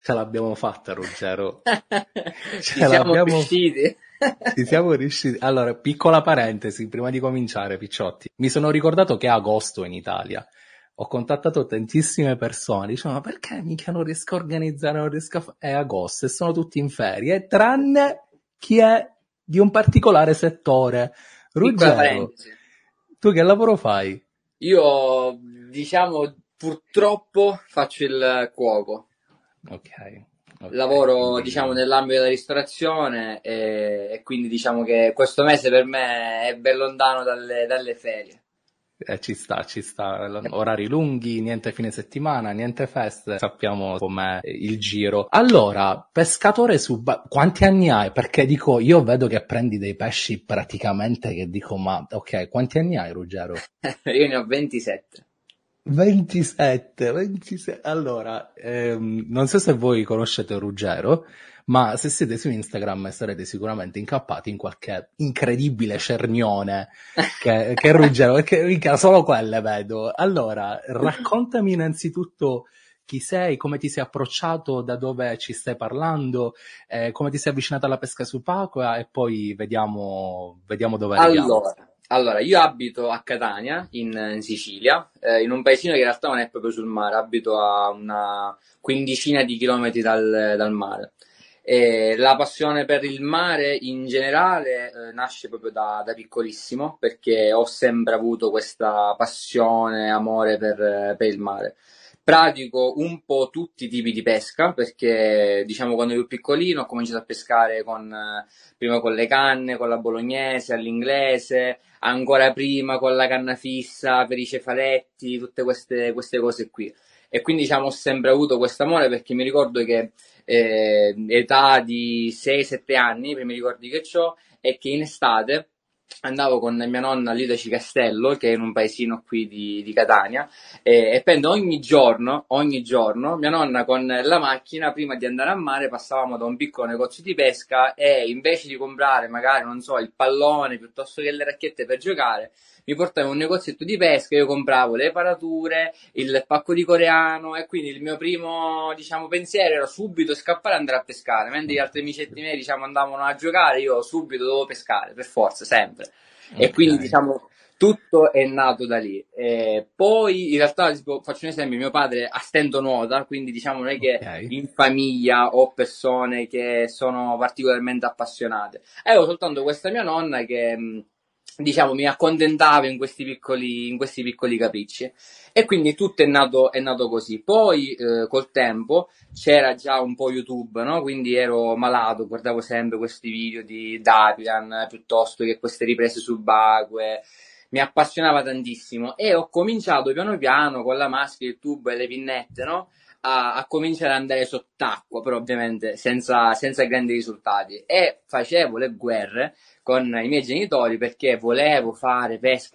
Ce l'abbiamo fatta, Ruggero. Ci Ce siamo l'abbiamo. riusciti. Ci siamo riusciti. Allora, piccola parentesi, prima di cominciare, Picciotti. Mi sono ricordato che è agosto in Italia. Ho contattato tantissime persone, dicevano, ma perché mica non riesco a organizzare, non riesco a È agosto e sono tutti in ferie, tranne chi è di un particolare settore. Piccola Ruggero, parentesi. tu che lavoro fai? Io, diciamo, purtroppo faccio il cuoco. Ok, ok, Lavoro, diciamo, quindi nell'ambito della ristorazione e quindi diciamo che questo mese per me è ben lontano dalle ferie. ci sta. Orari lunghi, niente fine settimana, niente feste, sappiamo com'è il giro. Allora, pescatore quanti anni hai? Perché dico, io vedo che prendi dei pesci praticamente che dico, ma ok, quanti anni hai, Ruggero? Io ne ho 27. 27, 27. Allora, non so se voi conoscete Ruggero, ma se siete su Instagram sarete sicuramente incappati in qualche incredibile cernione che è Ruggero, perché mica solo quelle vedo. Allora, raccontami innanzitutto chi sei, come ti sei approcciato, da dove ci stai parlando, come ti sei avvicinato alla pesca subacquea e poi vediamo dove arriviamo. Allora, io abito a Catania, in Sicilia, in un paesino che in realtà non è proprio sul mare, abito a una quindicina di chilometri dal mare. E la passione per il mare in generale nasce proprio da piccolissimo, perché ho sempre avuto questa passione, amore per il mare. Pratico un po' tutti i tipi di pesca, perché diciamo quando ero piccolino ho cominciato a pescare prima con le canne, con la bolognese, all'inglese, ancora prima con la canna fissa, per i cefaletti, tutte queste cose qui. E quindi diciamo ho sempre avuto questo amore perché mi ricordo che età di 6-7 anni, i primi ricordi che ho, è che in estate andavo con mia nonna a Lido Castello, che è in un paesino qui di Catania, e prendo ogni giorno, mia nonna con la macchina, prima di andare a mare, passavamo da un piccolo negozio di pesca e invece di comprare magari, non so, il pallone piuttosto che le racchette per giocare, mi portavo in un negozietto di pesca, io compravo le parature, il pacco di coreano e quindi il mio primo, diciamo, pensiero era subito scappare e andare a pescare, mentre gli altri amicetti miei, diciamo, andavano a giocare, io subito dovevo pescare, per forza, sempre. E Ok, quindi, diciamo, tutto è nato da lì. Poi, in realtà, tipo, faccio un esempio, mio padre a stento nuota, quindi diciamo non è che ok. in famiglia ho persone che sono particolarmente appassionate. Avevo soltanto questa mia nonna che, diciamo, mi accontentava in questi piccoli capricci. E quindi tutto è nato così. Poi, col tempo, c'era già un po' YouTube, no? Quindi ero malato, guardavo sempre questi video di Dapian, piuttosto che queste riprese subacquee. Mi appassionava tantissimo e ho cominciato piano piano con la maschera, il tubo e le pinnette, no? A cominciare ad andare sott'acqua, però ovviamente senza grandi risultati. E facevo le guerre con i miei genitori perché volevo fare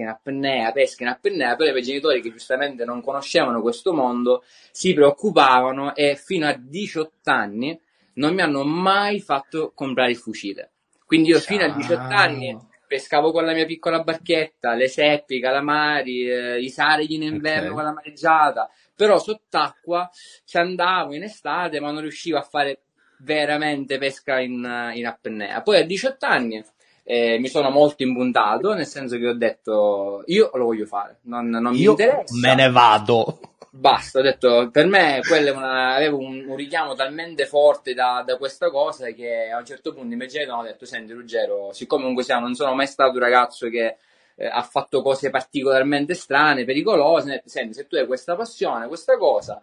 pesca in apnea, però i miei genitori che giustamente non conoscevano questo mondo si preoccupavano e fino a 18 anni non mi hanno mai fatto comprare il fucile. Quindi io fino a 18 anni Ciao. pescavo con la mia piccola barchetta, le seppi, i calamari, i sardi in inverno Ok. con la mareggiata, però sott'acqua ci andavo in estate ma non riuscivo a fare veramente pesca in apnea. Poi a 18 anni mi sono molto impuntato, nel senso che ho detto io lo voglio fare, non mi Io me interessa. ne vado. Basta, ho detto, per me avevo un richiamo talmente forte da questa cosa che a un certo punto i miei genitori hanno detto, senti Ruggero, siccome comunque non sono mai stato un ragazzo che ha fatto cose particolarmente strane, pericolose, hanno detto, senti, se tu hai questa passione, questa cosa,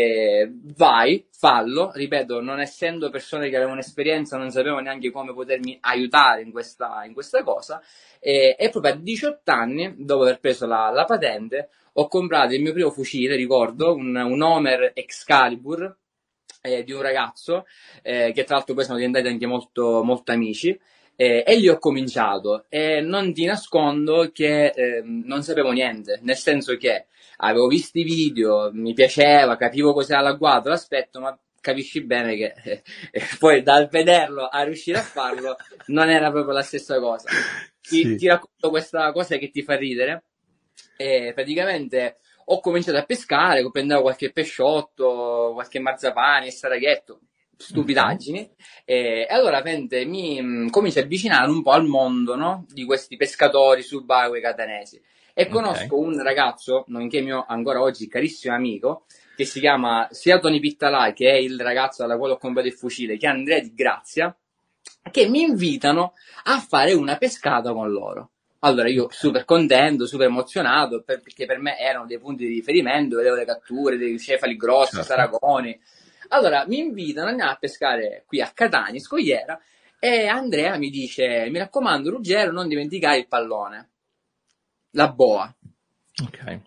vai, fallo, ripeto, non essendo persone che avevano esperienza, non sapevo neanche come potermi aiutare in questa cosa, e proprio a 18 anni, dopo aver preso la patente, ho comprato il mio primo fucile, ricordo, un Homer Excalibur di un ragazzo, che tra l'altro poi siamo diventati anche molto, molto amici, e lì ho cominciato. E non ti nascondo che non sapevo niente, nel senso che avevo visto i video, mi piaceva, capivo cos'era l'agguato, l'aspetto, ma capisci bene che poi dal vederlo a riuscire a farlo non era proprio la stessa cosa. Ti Sì. racconto questa cosa che ti fa ridere. Praticamente ho cominciato a pescare, prendevo qualche pesciotto, qualche marzapane, straghetto, stupidaggini, e allora mi comincio a avvicinare un po' al mondo, no? Di questi pescatori subacquei catanesi. E Ok. conosco un ragazzo, nonché mio ancora oggi carissimo amico, che si chiama sia Tony Pittalai, che è il ragazzo alla quale ho comprato il fucile, che è Andrea Di Grazia, che mi invitano a fare una pescata con loro. Allora io Ok. super contento, super emozionato, perché per me erano dei punti di riferimento, vedevo le catture, dei cefali grossi, Certo. saragoni. Allora mi invitano, andiamo a pescare qui a Catania, Scogliera, e Andrea mi dice, mi raccomando Ruggero, non dimenticare il pallone, la boa. Ok.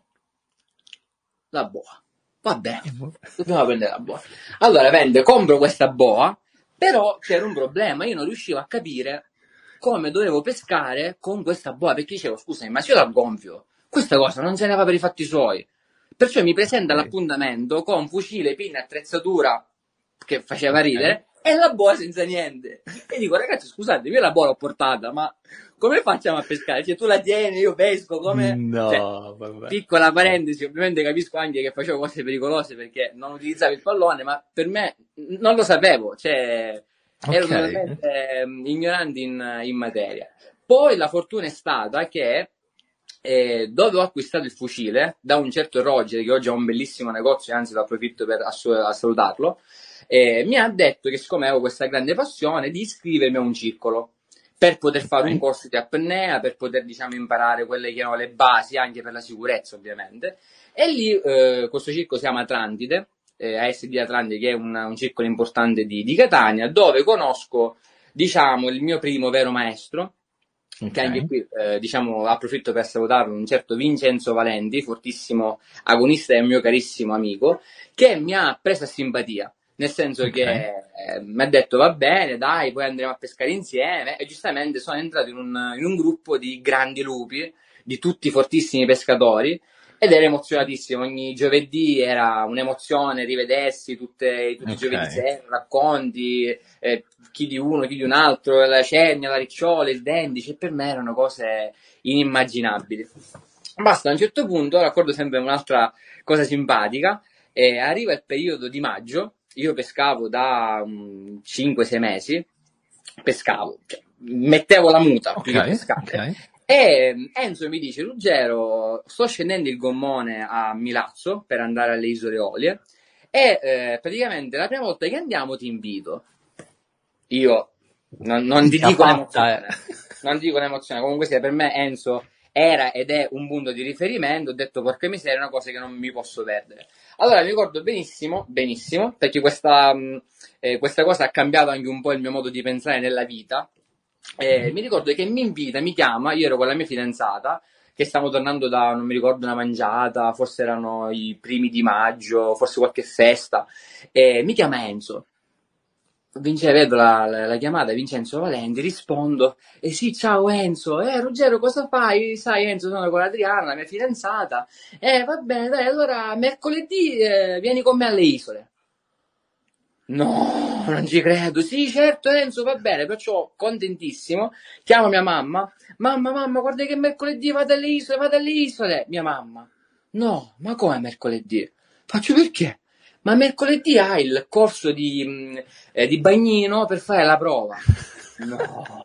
La boa. Va bene, dobbiamo prendere la boa. Allora, compro questa boa, però c'era un problema, io non riuscivo a capire come dovevo pescare con questa boa, perché dicevo, scusami, ma se io la gonfio, questa cosa non se ne va per i fatti suoi. Perciò mi presenta Ok. all'appuntamento con fucile, pinna, attrezzatura, che faceva Ok. ridere, e la boa senza niente. E dico, ragazzi, scusate, io la boa l'ho portata, ma come facciamo a pescare? Cioè, tu la tieni, io pesco, come... Cioè, No, vabbè. piccola parentesi, ovviamente capisco anche che facevo cose pericolose perché non utilizzavo il pallone, ma per me non lo sapevo, cioè ero Ok. totalmente ignorante in materia. Poi la fortuna è stata che dove ho acquistato il fucile da un certo Roger, che oggi ha un bellissimo negozio, anzi lo approfitto per salutarlo, mi ha detto che siccome avevo questa grande passione di iscrivermi a un circolo per poter fare un Ok. corso di apnea, per poter diciamo imparare quelle che erano le basi anche per la sicurezza ovviamente. E lì questo circo si chiama Atlantide, ASD Atlantide, che è un circolo importante di Catania, dove conosco diciamo il mio primo vero maestro, che Ok. anche qui diciamo approfitto per salutarlo, un certo Vincenzo Valenti, fortissimo agonista e un mio carissimo amico, che mi ha preso a simpatia. Nel senso Ok. che mi ha detto va bene, dai, poi andremo a pescare insieme. E giustamente sono entrato in un gruppo di grandi lupi, di tutti fortissimi pescatori, ed ero emozionatissimo. Ogni giovedì era un'emozione rivedersi tutti i Ok. giovedì sera, racconti, chi di uno, chi di un altro, la cernia, la ricciola, il dendice, e per me erano cose inimmaginabili. Basta, a un certo punto, raccordo sempre un'altra cosa simpatica, arriva il periodo di maggio, io pescavo da 5-6 mesi, pescavo, cioè, mettevo la muta più Ok. che pescare, Ok. e Enzo mi dice, Ruggero, sto scendendo il gommone a Milazzo per andare alle Isole Olie, e praticamente la prima volta che andiamo ti invito. Io non ti Minchia dico fatta, l'emozione, non ti dico l'emozione, comunque sia, per me Enzo era ed è un punto di riferimento, ho detto porca miseria, è una cosa che non mi posso perdere. Allora mi ricordo benissimo, benissimo, perché questa cosa ha cambiato anche un po' il mio modo di pensare nella vita. Mi ricordo che mi invita, mi chiama, io ero con la mia fidanzata, che stavo tornando da, non mi ricordo, una mangiata, forse erano i primi di maggio, forse qualche festa, e mi chiama Enzo. Vedo la chiamata, Vincenzo Valenti, rispondo, sì, ciao Enzo, Ruggero cosa fai? Sai Enzo, sono con Adriana, la mia fidanzata, va bene, dai, allora mercoledì vieni con me alle isole. No, non ci credo. Sì, certo, Enzo, va bene, perciò contentissimo. Chiamo mia mamma. Mamma, guarda che mercoledì vado alle isole, vado alle isole. Mia mamma. No, ma come mercoledì? Faccio perché? Ma mercoledì hai il corso di bagnino per fare la prova. No,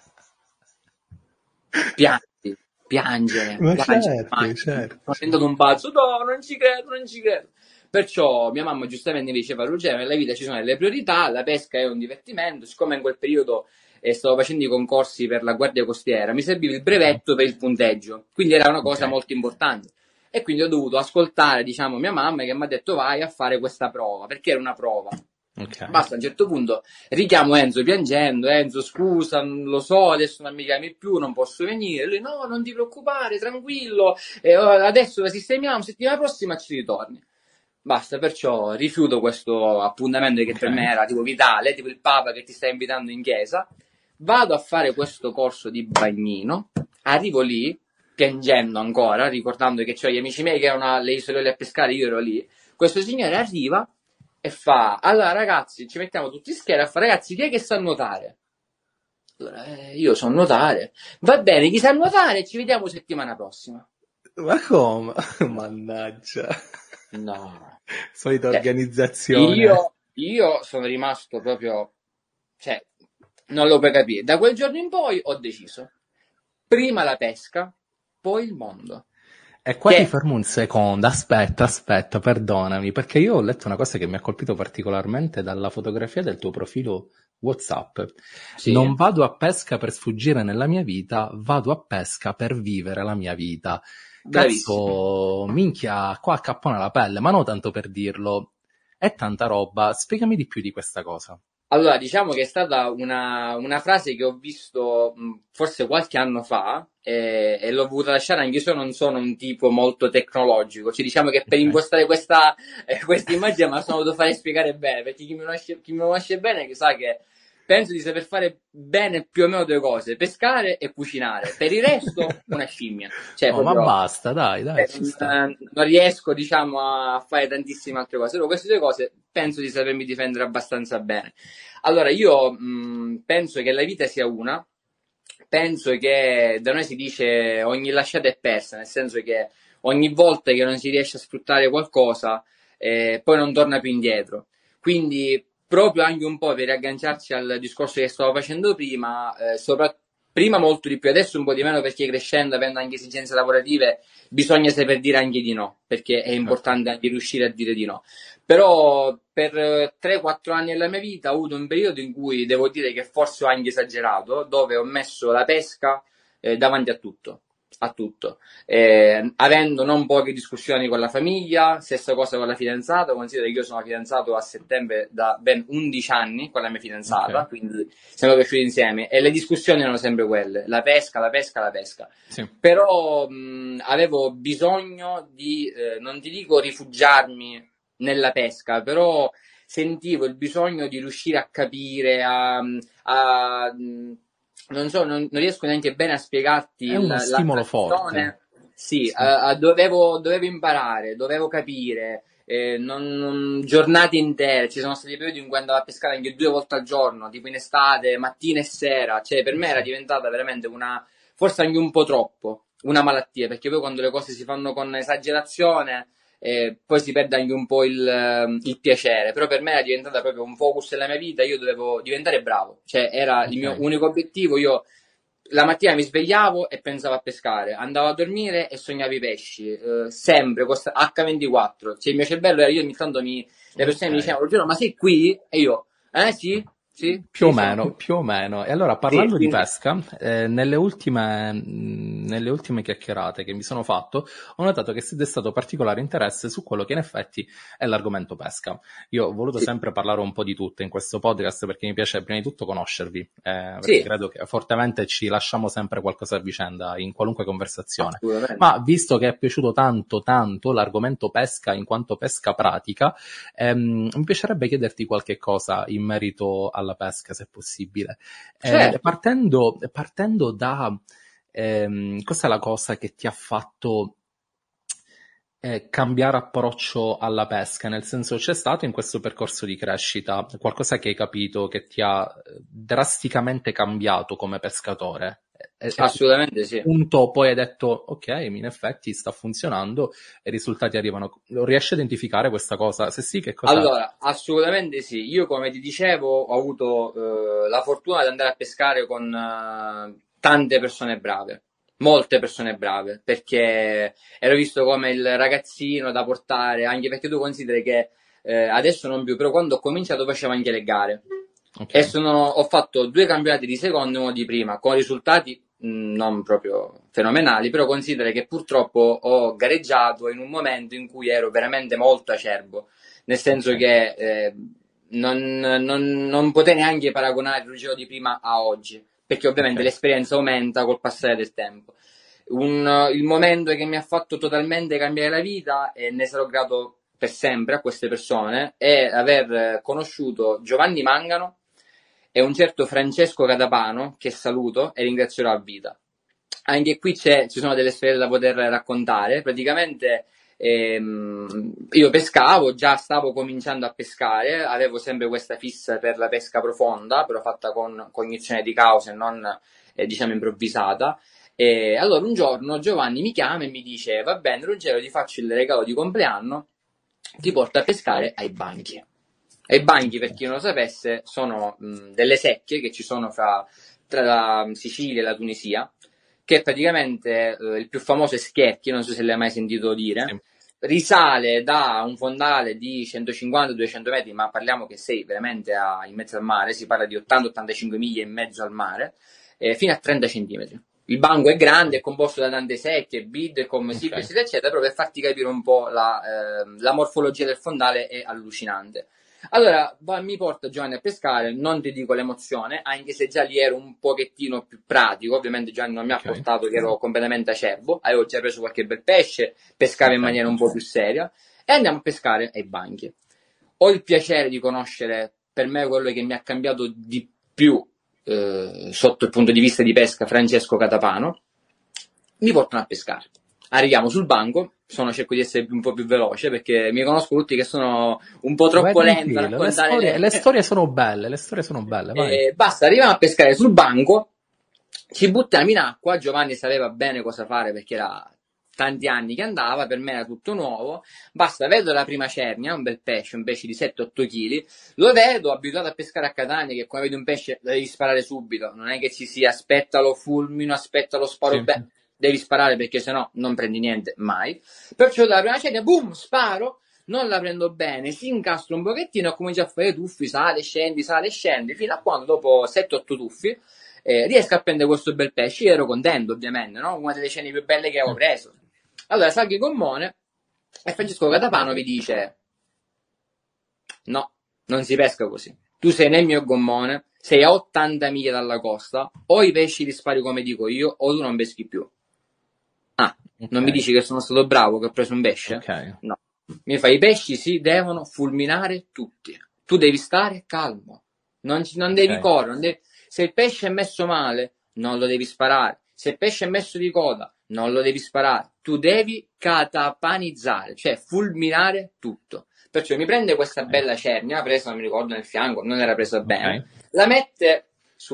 piangi, Ma piangere, certo, certo, sono certo. diventato un pazzo, no, non ci credo, non ci credo. Perciò mia mamma giustamente mi diceva, Ruggero, nella vita ci sono delle priorità, la pesca è un divertimento, siccome in quel periodo stavo facendo i concorsi per la Guardia Costiera, mi serviva il Ok. brevetto per il punteggio, quindi era una Ok. cosa molto importante. E quindi ho dovuto ascoltare, diciamo, mia mamma che mi ha detto vai a fare questa prova, perché era una prova. Ok. Basta, a un certo punto richiamo Enzo piangendo, Enzo scusa, non lo so, adesso non mi chiami più, non posso venire. Lui no, non ti preoccupare, tranquillo, adesso la sistemiamo, settimana prossima ci ritorni. Basta, perciò rifiuto questo appuntamento che per me Ok. era tipo vitale, tipo il Papa che ti sta invitando in chiesa. Vado a fare questo corso di bagnino, arrivo lì, piangendo ancora, ricordando che c'ho gli amici miei che erano alle isole a pescare, io ero lì. Questo signore arriva e fa, allora ragazzi, ci mettiamo tutti in schiera e fa, ragazzi, chi è che sa nuotare? Allora, io so nuotare. Va bene, chi sa nuotare, ci vediamo settimana prossima. Ma come? Mannaggia. No. Solita Cioè, organizzazione. io sono rimasto proprio, cioè, non lo puoi capire. Da quel giorno in poi ho deciso, prima la pesca, poi il mondo. E qua ti Che, fermo un secondo, aspetta, perdonami, perché io ho letto una cosa che mi ha colpito particolarmente dalla fotografia del tuo profilo WhatsApp. sì, Non vado a pesca per sfuggire nella mia vita, vado a pesca per vivere la mia vita. bravissimo. Cazzo, minchia, qua accappona la pelle, ma non tanto per dirlo. È tanta roba, spiegami di più di questa cosa. Allora, diciamo che è stata una frase che ho visto forse qualche anno fa e l'ho voluta lasciare anche se io non sono un tipo molto tecnologico. Cioè, diciamo che per Ok. impostare questa immagine me la sono dovuto fare spiegare bene, perché chi mi conosce bene che sa che penso di saper fare bene più o meno due cose, pescare e cucinare. Per il resto, una scimmia. Cioè, Oh, ma proprio basta, dai, ci sta. non riesco, diciamo, a fare tantissime altre cose. Però queste due cose penso di sapermi difendere abbastanza bene. Allora, io penso che la vita sia una, penso che da noi si dice ogni lasciata è persa, nel senso che ogni volta che non si riesce a sfruttare qualcosa, poi non torna più indietro. Quindi, proprio anche un po' per riagganciarci al discorso che stavo facendo prima, prima molto di più, adesso un po' di meno perché crescendo, avendo anche esigenze lavorative, bisogna saper dire anche di no, perché è Certo. importante anche riuscire a dire di no. Però per 3-4 anni della mia vita ho avuto un periodo in cui devo dire che forse ho anche esagerato, dove ho messo la pesca davanti a tutto. A tutto. Avendo non poche discussioni con la famiglia, stessa cosa con la fidanzata. Considero che io sono fidanzato a settembre da ben 11 anni con la mia Ok, fidanzata, quindi siamo cresciuti insieme e le discussioni erano sempre quelle: la pesca, la pesca, la pesca. sì. Però avevo bisogno di, non ti dico rifugiarmi nella pesca, però sentivo il bisogno di riuscire a capire, non so, non riesco neanche bene a spiegarti È uno stimolo forte. l'attrazione. Sì, Sì. dovevo imparare, dovevo capire, giornate intere, ci sono stati periodi in cui andavo a pescare anche 2 volte al giorno, tipo in estate, mattina e sera, cioè per me era Ok. diventata veramente forse anche un po' troppo, una malattia, perché poi quando le cose si fanno con esagerazione poi si perde anche un po' il piacere, però per me era diventata proprio un focus della mia vita, io dovevo diventare bravo, cioè era il Ok. mio unico obiettivo, io la mattina mi svegliavo e pensavo a pescare, andavo a dormire e sognavo i pesci, sempre, H24, cioè il mio cervello era, io ogni tanto le persone mi Ok. dicevano, giuro, ma sei qui? E io, sì, sì, Più o sì, sono meno, qui. più o meno. E allora, Sì, parlando di quindi, pesca, nelle ultime chiacchierate che mi sono fatto, ho notato che si è destato particolare interesse su quello che in effetti è l'argomento pesca. Io ho voluto sì, sempre parlare un po' di tutto in questo podcast perché mi piace prima di tutto conoscervi, perché sì, credo che fortemente ci lasciamo sempre qualcosa a vicenda in qualunque conversazione. assolutamente. Ma visto che è piaciuto tanto l'argomento pesca in quanto pesca pratica, mi piacerebbe chiederti qualche cosa in merito alla pesca, se possibile. Certo. Partendo da cos'è la cosa che ti ha fatto cambiare approccio alla pesca? Nel senso, c'è stato in questo percorso di crescita qualcosa che hai capito che ti ha drasticamente cambiato come pescatore? E a questo Assolutamente sì. punto poi hai detto, ok, in effetti sta funzionando e i risultati arrivano. Riesci a identificare questa cosa? Se sì, che cosa? Allora, assolutamente sì. Io, come ti dicevo, ho avuto la fortuna di andare a pescare con tante persone brave, molte persone brave, perché ero visto come il ragazzino da portare, anche perché tu consideri che adesso non più, però quando ho cominciato facevo anche le gare. Ok, Ho fatto 2 campionati di secondo e uno di prima, con risultati non proprio fenomenali, però considera che purtroppo ho gareggiato in un momento in cui ero veramente molto acerbo, nel senso ok, che non potrei neanche paragonare il Ruggero di prima a oggi, perché ok, ovviamente l'esperienza aumenta col passare del tempo. Il momento che mi ha fatto totalmente cambiare la vita, e ne sarò grato per sempre a queste persone, è aver conosciuto Giovanni Mangano e un certo Francesco Catapano, che saluto e ringrazierò a vita. Anche qui ci sono delle storie da poter raccontare. Praticamente io pescavo, già stavo cominciando a pescare, avevo sempre questa fissa per la pesca profonda, però fatta con cognizione di causa e non diciamo improvvisata. E allora un giorno Giovanni mi chiama e mi dice: va bene Ruggero, ti faccio il regalo di compleanno, ti porto a pescare ai Banchi. Ai Banchi, per chi non lo sapesse, sono delle secche che ci sono tra la Sicilia e la Tunisia, che praticamente il più famoso è Scherchi, non so se l'hai mai sentito dire. Sì. Risale da un fondale di 150-200 metri, ma parliamo che sei veramente in mezzo al mare, si parla di 80-85 miglia in mezzo al mare, fino a 30 centimetri. Il banco è grande, è composto da tante secche, bid, come si Ok. eccetera, però per farti capire un po' la morfologia del fondale è allucinante. Allora, mi porta Giovanni a pescare, non ti dico l'emozione, anche se già lì ero un pochettino più pratico, ovviamente Giovanni non mi ha Ok. portato che ero completamente acerbo, avevo già preso qualche bel pesce, pescavo in Ok. maniera un po' più seria, e andiamo a pescare ai Banchi. Ho il piacere di conoscere, per me, quello che mi ha cambiato di più sotto il punto di vista di pesca, Francesco Catapano. Mi portano a pescare. Arriviamo sul banco, cerco di essere un po' più veloce perché mi conosco tutti che sono un po' Vai troppo lento a tranquillo, raccontare le storie sono belle, le storie sono belle, vai. basta, arriviamo a pescare sul banco, ci buttiamo in acqua, Giovanni sapeva bene cosa fare perché era tanti anni che andava, per me era tutto nuovo, basta, vedo la prima cernia, un bel pesce, un pesce di 7-8 kg, lo vedo, abituato a pescare a Catania, che come vedi un pesce lo devi sparare subito, non è che ci sia, aspetta lo fulmino, aspetta lo sparo, Sì. beh, devi sparare perché sennò non prendi niente, mai. Perciò dalla prima cernia, boom, sparo, non la prendo bene, si incastra un pochettino e comincia a fare tuffi, sale, scendi, fino a quando dopo 7-8 tuffi riesco a prendere questo bel pesce. Io ero contento, ovviamente, no? Una delle scene più belle che avevo preso. Allora salgo in gommone e Francesco Catapano mi dice: no, non si pesca così. Tu sei nel mio gommone, sei a 80 miglia dalla costa, o i pesci li spari come dico io, o tu non peschi più. Ah, non mi Ok. dici che sono stato bravo, che ho preso un pesce? Ok. No. Mi fa, i pesci si devono fulminare tutti. Tu devi stare calmo. Non devi Ok. correre. Se il pesce è messo male, non lo devi sparare. Se il pesce è messo di coda, non lo devi sparare. Tu devi catapanizzare, cioè fulminare tutto. Perciò mi prende questa Ok. bella cernia, presa, non mi ricordo, nel fianco, non era presa bene, Ok. la mette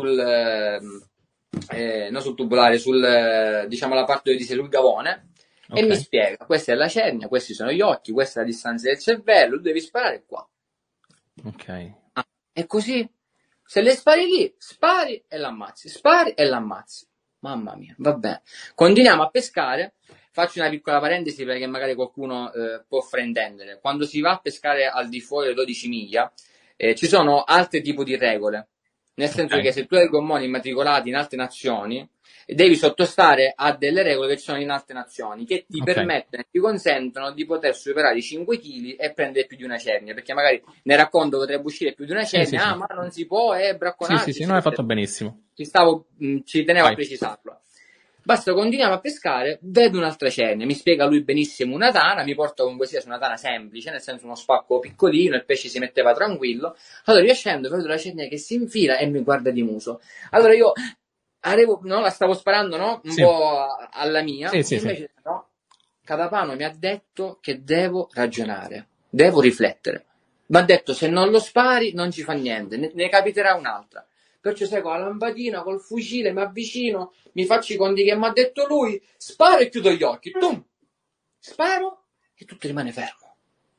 non sul tubolare, diciamo la parte dove dice sul gavone, e Ok. mi spiega: questa è la cernia, questi sono gli occhi, questa è la distanza del cervello, tu devi sparare qua. Ok. Ah, è così. Se le spari lì, spari e l'ammazzi, spari e l'ammazzi. Mamma mia, va bene. Continuiamo a pescare. Faccio una piccola parentesi perché magari qualcuno può fraintendere. Quando si va a pescare al di fuori delle 12 miglia, ci sono altri tipi di regole. Nel senso che Ok. se tu hai gommoni immatricolati in altre nazioni, devi sottostare a delle regole che ci sono in altre nazioni, che ti Ok. permettono e ti consentono di poter superare i 5 kg e prendere più di una cernia, perché magari nel racconto potrebbe uscire più di una Sì, sì, cernia, sì. ma non si può, Sì, sì, bracconarsi, sì, non hai eccetera. fatto benissimo. Ci tenevo a Vai. precisarlo. Basta, continuiamo a pescare, vedo un'altra cernia, mi spiega lui benissimo una tana, mi porta comunque sia su una tana semplice, nel senso uno spacco piccolino, il pesce si metteva tranquillo. Allora io scendo, vedo la cernia che si infila e mi guarda di muso. Allora io no, la stavo sparando, no? Un Sì. po' alla mia, Sì, sì, sì. invece no. Catapano mi ha detto che devo ragionare, devo riflettere. Mi ha detto: se non lo spari non ci fa niente, ne capiterà un'altra. Perciò sai, con la lampadina, col fucile, mi avvicino, mi faccio i conti che mi ha detto lui, sparo e chiudo gli occhi. Tum! Sparo e tutto rimane fermo.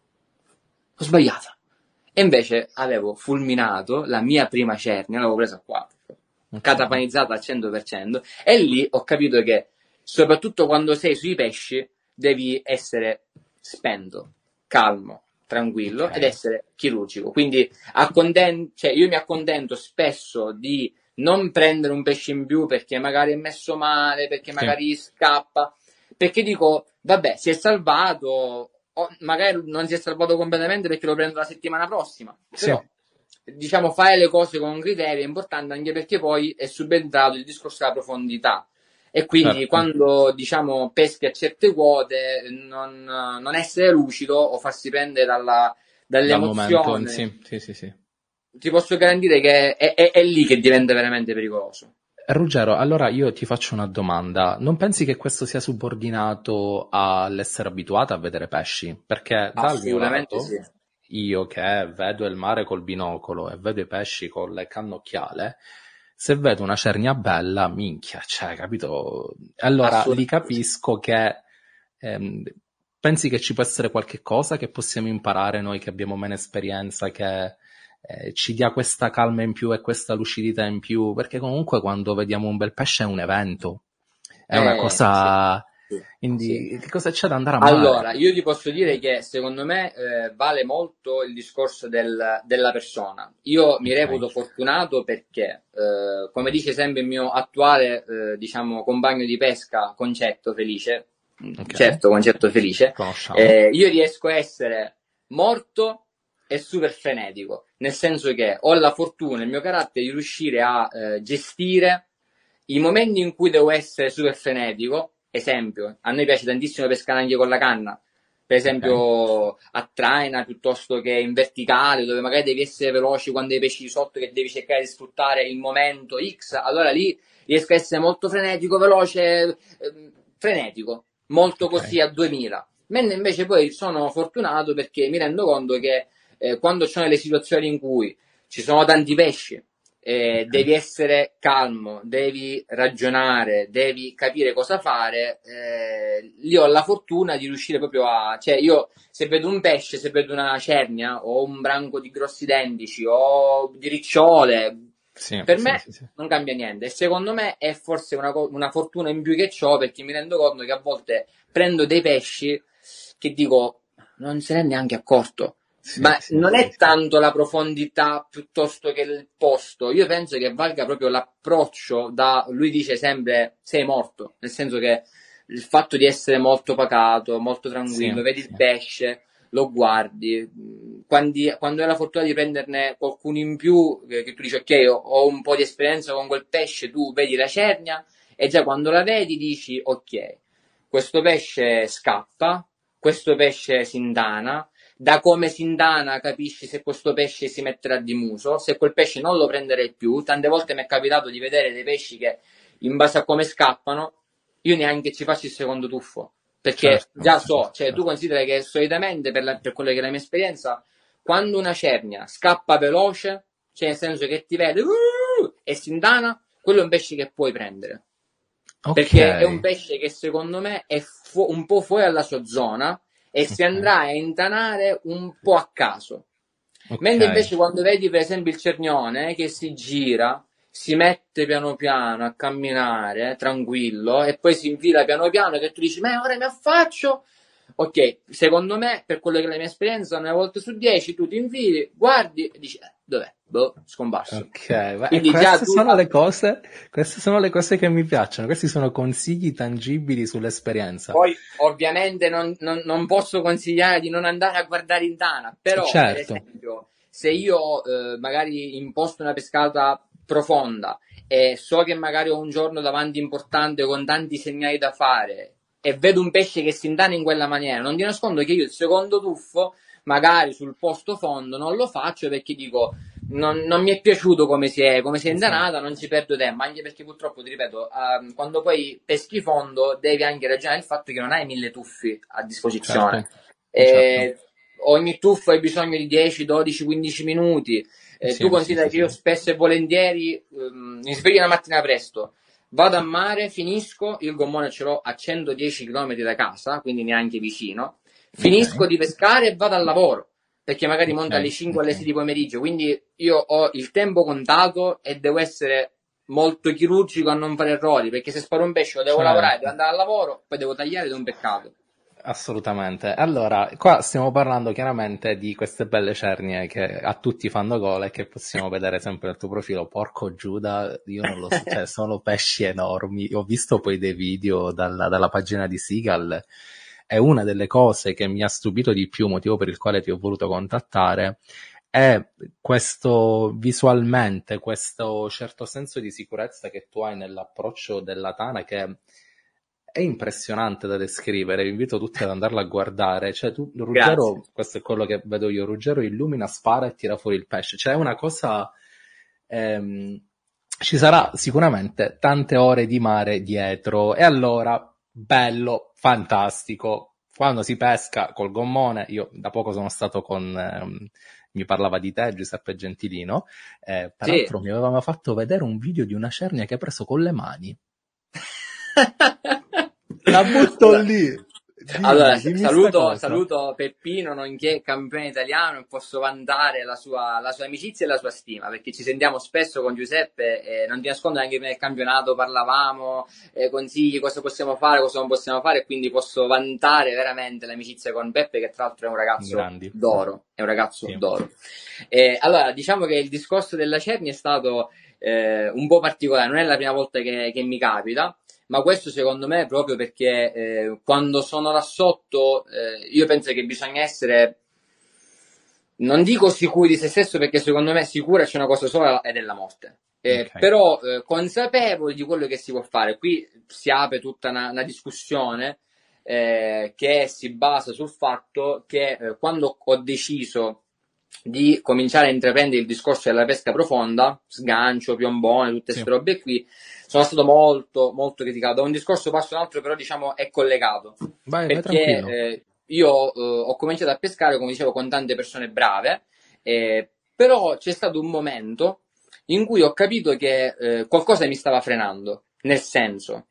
Ho sbagliato. E invece avevo fulminato la mia prima cernia, l'avevo presa qua, Ok. catapanizzata al 100%, e lì ho capito che, soprattutto quando sei sui pesci, devi essere spento, calmo, tranquillo ed Ok. essere chirurgico. Quindi cioè, io mi accontento spesso di non prendere un pesce in più perché magari è messo male, perché Sì. magari scappa, perché dico, vabbè, si è salvato, magari non si è salvato completamente perché lo prendo la settimana prossima, Sì. però diciamo fare le cose con un criterio è importante, anche perché poi è subentrato il discorso della profondità, e quindi Certo. quando diciamo peschi a certe quote non essere lucido o farsi prendere Dal momento, dall'emozione, sì, sì, sì, sì. ti posso garantire che è lì che diventa veramente pericoloso. Ruggero, allora io ti faccio una domanda. Non pensi che questo sia subordinato all'essere abituato a vedere pesci? Perché dal mio Assolutamente sì. lato, io che vedo il mare col binocolo e vedo i pesci con le cannocchiale, se vedo una cernia bella, minchia, cioè, capito? Allora lì capisco che pensi che ci può essere qualche cosa che possiamo imparare noi che abbiamo meno esperienza, che ci dia questa calma in più e questa lucidità in più, perché comunque quando vediamo un bel pesce è un evento, è una cosa... Sì, Quindi sì. che cosa c'è da andare a mare? Allora, io ti posso dire che secondo me vale molto il discorso della persona. Io mi reputo fortunato perché, come dice sempre il mio attuale, diciamo, compagno di pesca, Concetto Felice, certo, Concetto Felice, io riesco a essere morto e super frenetico, nel senso che ho la fortuna, il mio carattere di riuscire a gestire i momenti in cui devo essere super frenetico. Esempio, a noi piace tantissimo pescare anche con la canna, per esempio a traina piuttosto che in verticale, dove magari devi essere veloce quando hai pesci di sotto che devi cercare di sfruttare il momento X, allora lì riesco a essere molto frenetico, veloce, frenetico, molto così a 2000. Mentre invece poi sono fortunato perché mi rendo conto che quando ci sono le situazioni in cui ci sono tanti pesci, devi essere calmo, devi ragionare, devi capire cosa fare. Lì ho la fortuna di riuscire proprio a... Cioè io se vedo un pesce, se vedo una cernia o un branco di grossi dendici o di ricciole, per me non cambia niente. E secondo me è forse una fortuna in più che ho, perché mi rendo conto che a volte prendo dei pesci che dico non se ne è neanche accorto. Ma non è tanto la profondità piuttosto che il posto. Io penso che valga proprio l'approccio lui dice sempre sei morto, nel senso che il fatto di essere molto pacato, molto tranquillo, vedi il pesce, lo guardi, quando hai la fortuna di prenderne qualcuno in più, che tu dici ok, ho un po' di esperienza con quel pesce, tu vedi la cernia e già quando la vedi dici ok, questo pesce scappa, questo pesce si indana. Da come si indana capisci se questo pesce si metterà di muso, se quel pesce non lo prenderei più. Tante volte mi è capitato di vedere dei pesci che in base a come scappano io neanche ci faccio il secondo tuffo, perché già so, cioè tu considera che solitamente per quello che è la mia esperienza, quando una cernia scappa veloce, cioè nel senso che ti vede e si indana, quello è un pesce che puoi prendere, perché è un pesce che secondo me è un po' fuori dalla sua zona e si andrà a intanare un po' a caso. Mentre invece quando vedi per esempio il cernione che si gira, si mette piano piano a camminare tranquillo e poi si infila piano piano, che tu dici ma ora mi affaccio. Ok, secondo me, per quello che è la mia esperienza, 9 volte su 10 tu ti infili, guardi e dici dov'è? Boh, scomparso. Ok, quindi queste sono le cose che mi piacciono, questi sono consigli tangibili sull'esperienza. Poi ovviamente non posso consigliare di non andare a guardare in tana, però per esempio se io magari imposto una pescata profonda e so che magari ho un giorno davanti importante con tanti segnali da fare e vedo un pesce che si indana in quella maniera, non ti nascondo che io il secondo tuffo magari sul posto fondo non lo faccio perché dico non mi è piaciuto come si è indanata, non ci perdo tempo, anche perché purtroppo ti ripeto, quando poi peschi fondo devi anche ragionare il fatto che non hai 1000 tuffi a disposizione. Ogni tuffo hai bisogno di 10, 12, 15 minuti. Tu consideri che io spesso e volentieri mi sveglio la mattina presto, vado a mare, finisco, il gommone ce l'ho a 110 km da casa, quindi neanche vicino, finisco di pescare e vado al lavoro, perché magari monta alle 5 o alle 6 di pomeriggio, quindi io ho il tempo contato e devo essere molto chirurgico a non fare errori, perché se sparo un pesce devo lavorare, devo andare al lavoro, poi devo tagliare ed è un peccato. Assolutamente. Allora, qua stiamo parlando chiaramente di queste belle cernie che a tutti fanno gola e che possiamo vedere sempre nel tuo profilo. Porco Giuda, io non lo so, cioè sono pesci enormi. Ho visto poi dei video dalla pagina di Seagull e una delle cose che mi ha stupito di più, motivo per il quale ti ho voluto contattare, è questo visualmente, questo certo senso di sicurezza che tu hai nell'approccio della tana che è impressionante da descrivere, vi invito tutti ad andarla a guardare, cioè tu, Ruggero, grazie. Questo è quello che vedo io, Ruggero illumina, spara e tira fuori il pesce, cioè è una cosa, ci sarà sicuramente tante ore di mare dietro e allora, bello, fantastico, quando si pesca col gommone, io da poco sono stato con mi parlava di te, Giuseppe Gentilino, Sì. peraltro mi aveva fatto vedere un video di una cernia che ha preso con le mani. La butto lì. Allora, Dimmi sta cosa. saluto Peppino, nonché campione italiano, e posso vantare la sua amicizia e la sua stima, perché ci sentiamo spesso con Giuseppe e non ti nascondo, anche prima del campionato parlavamo, consigli, cosa possiamo fare, cosa non possiamo fare, e quindi posso vantare veramente l'amicizia con Peppe, che tra l'altro è un ragazzo d'oro, Sì. d'oro. Allora, diciamo che il discorso della Cerni è stato un po' particolare, non è la prima volta che mi capita, ma questo secondo me è proprio perché quando sono là sotto io penso che bisogna essere, non dico sicuri di se stesso, perché secondo me sicura c'è una cosa sola ed è la morte. Però consapevoli di quello che si può fare. Qui si apre tutta una discussione che si basa sul fatto che quando ho deciso di cominciare a intraprendere il discorso della pesca profonda, sgancio, piombone, tutte queste robe qui, sono stato molto, molto criticato. Da un discorso passo un altro, però diciamo è collegato. Vai perché io ho cominciato a pescare, come dicevo, con tante persone brave, però c'è stato un momento in cui ho capito che qualcosa mi stava frenando. Nel senso,